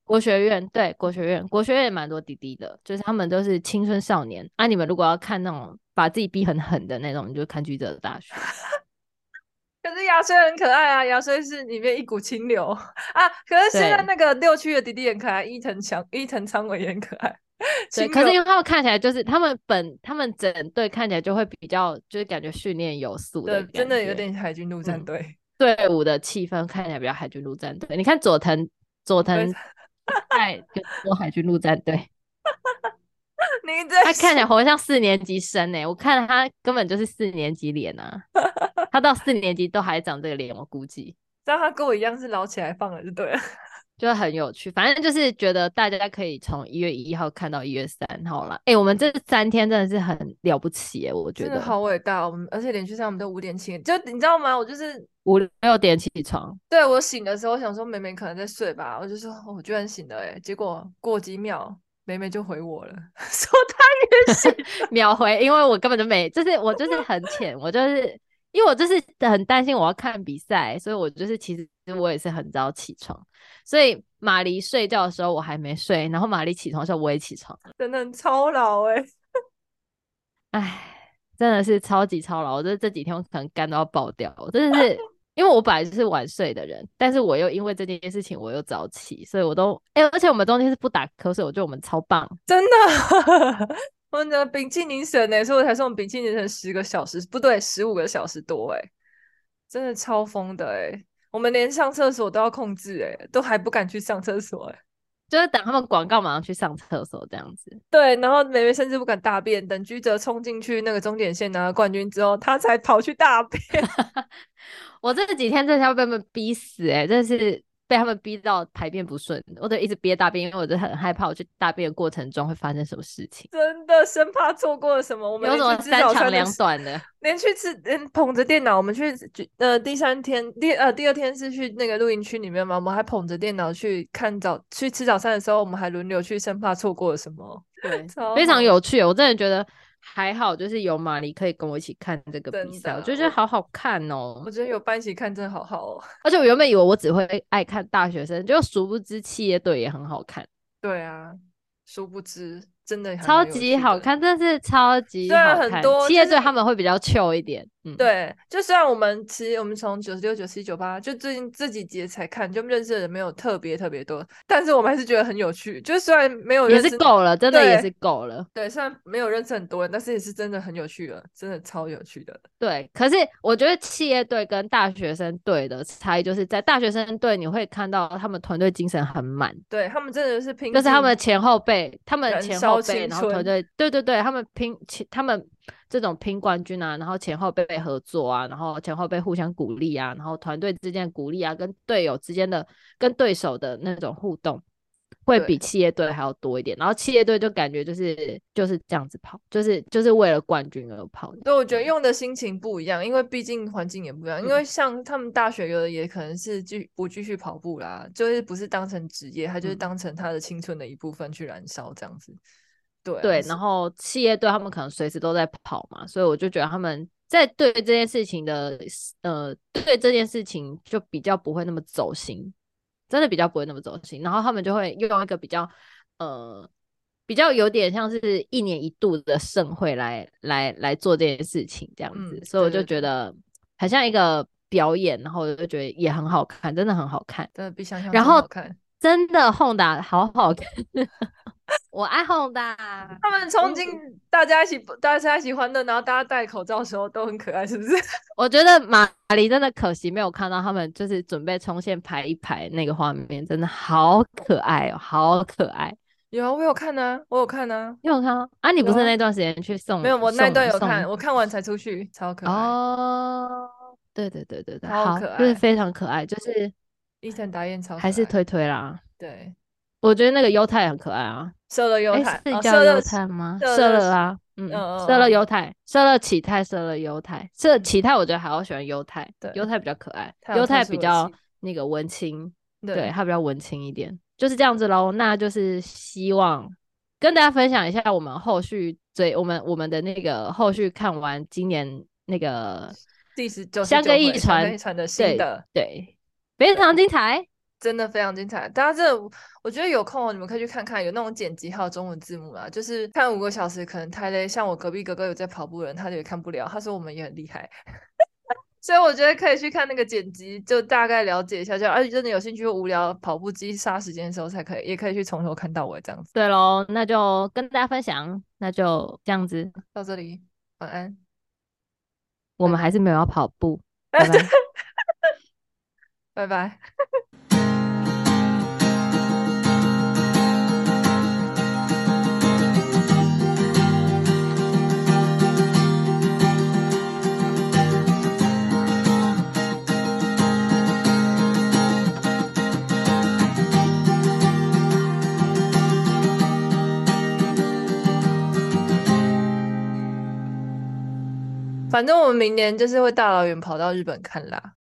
国学院，对，国学院，国学院也蛮多弟弟的，就是他们都是青春少年。啊，你们如果要看那种把自己逼很狠的那种，你就看居者大学。 可是牙虽很可爱啊，牙虽是里面一股清流啊。可是现在对那个六区的弟弟很可爱，伊藤强、伊藤昌伟也很可爱。 对， 清流， 可是因为他们看起来就是他们本他们整队看起来就会比较就是感觉训练有素的对，真的有感觉， 点海军陆战嗯， 队。 队伍的气氛看起来比较海军陆战队。你看佐藤佐对， 藤在就说海军陆战队。 你在他看起来说， 活像四年级生诶、欸我看他根本就是四年级脸啊，他到四年级都还长这个脸，我估计让他跟我一样是捞起来放了就对了。 就很有趣。反正就是觉得大家可以从一月一号看到一月三号啦。哎、欸，我们这三天真的是很了不起诶、欸我觉得真的好伟大，我们而且连续上我们都五点起，就你知道吗？我就是五六点起床， 对我醒的时候想说妹妹可能在睡吧，我就说、哦、我居然醒了哎、欸，结果过几秒妹妹就回我了，说她也醒。 秒回，因为我根本就没，就是我就是很浅，我就是因为我就是很担心我要看比赛，所以我就是其实我也是很早起床，所以玛丽睡觉的时候我还没睡，然后玛丽起床的时候我也起床了， 真的很操劳哎、欸。 唉，真的是超级超劳，我这这几天我可能肝都要爆掉，我真的是。因为我本来就是晚睡的人，但是我又因为这件事情我又早起，所以我都哎、欸而且我们中间是不打瞌睡，我觉得我们超棒。 真的。我们的屏气凝神呢，所以我才说我们屏气凝神十个小时，不对，十五个小时多哎，真的超疯的哎。我们连上厕所都要控制哎，都还不敢去上厕所哎。 就是等他们广告马上去上厕所这样子。 对，然后美美甚至不敢大便，等居哲冲进去那个终点线拿了冠军之后，他才跑去大便。 我这几天真的要被他们逼死哎、欸，真的是被他们逼到排便不顺，我得一直憋大便，因为我就很害怕我去大便的过程中会发生什么事情， 真的生怕错过了什么。我们有什么连去吃三长早餐的时， 两短的。 连去吃，嗯，捧着电脑，我们去呃第三天第呃第二天是去那个露营区里面嘛，我们还捧着电脑去看早去吃早餐的时候，我们还轮流去，生怕错过了什么。 对， 超非常好， 有趣，我真的觉得还好，就是有玛丽可以跟我一起看这个比赛，我真的， 就觉得我好好看哦。 我觉得有班一起看真的好好哦。 而且我原本以为我只会爱看大学生，就殊不知企业队也很好看。 对啊，殊不知真的还超蛮有趣的。 级好看，真的是超级虽然好看。 很多就是企业队他们会比较 chill 一点，嗯， 对，就虽然我们其实我们从九十六、九十一、九八，就最近这几节才看，就认识的人没有特别特别多，但是我们还是觉得很有趣。就虽然没有也认识， 是够了，真的也对是够了。 对，虽然没有认识很多人，但是也是真的很有趣的，真的超有趣的。 对，可是我觉得企业队跟大学生队的差异，就是在大学生队你会看到他们团队精神很满， 对他们真的是拼就是他们尽前后辈，他们燃烧前后辈，然后团青春。 队，对对对，他们拼，他们这种拼冠军啊，然后前后辈合作啊，然后前后辈互相鼓励啊，然后团队之间的鼓励啊，跟队友之间的，跟对手的那种互动，会比对企业队还要多一点。然后企业队就感觉就是就是这样子跑，就是就是为了冠军而跑。 对，我觉得嗯用的心情不一样，因为毕竟环境也不一样。因为嗯像他们大学有的也可能是继不继续跑步啦，就是不是当成职业，他就是嗯， 当成他的青春的一部分去燃烧这样子。对啊， 对。然是， 后企业队他们可能随时都在跑嘛，所以我就觉得他们在对这件事情的呃对这件事情就比较不会那么走心。真的比较不会那么走心，然后他们就会用一个比较呃比较有点像是一年一度的盛会来来来做这件事情这样子， 嗯， 所以我就对对对， 觉得很像一个表演，然后我就觉得也很好看，真的很好看。 真的比想象然后中好看。 真的 Honda 好好看，我爱 Honda。 他们冲进嗯大家一起，大家一起欢乐，然后大家戴口罩的时候都很可爱，是不是？ 我觉得马里真的可惜没有看到他们就是准备冲线排一排那个画面，真的好可爱哦，好可爱。 有啊，我有看啊，我有看啊， 你有看到啊？你不是有啊， 那段时间去送没有，我那一段有看， 送送我看完才出去，超可爱， 哦？对对对对对， 超好， 可爱， 就是非常可爱，就是伊藤达彦超可爱。 还是推推啦。 对， 我觉得那个犹太也很可爱啊。 射了犹诶， 太，哦，射了是叫犹太吗？射射了， 了啊， 嗯嗯，射了嗯嗯， 犹太，射了启泰，射了犹太，射嗯， 启泰我觉得还要喜欢犹太，犹对， 太比较可爱， 他有特犹太比较殊的戏， 那个文青，对， 对， 他比较文青一点，就是这样子喽。那就是希望跟大家分享一下我们后续追我们我们的那个后续看完今年那个第十九十香根一九回香根传， 一传的新对的， 对，非常对， 精彩。 真的非常精彩。大家真的，我觉得有空哦，你们可以去看看，有那种剪辑还有中文字幕啦。就是看五个小时可能太累，像我隔壁哥哥有在跑步的人，他就也看不了。他说我们也很厉害，所以我觉得可以去看那个剪辑，就大概了解一下。就而且真的有兴趣或无聊跑步机杀时间的时候，才可以，也可以去从头看到尾这样子。 对咯，那就跟大家分享，那就这样子， 到这里，晚安， 我拜拜， 们还是没有要跑步，拜拜。 拜拜。反正我们明年就是会大老远跑到日本看啦。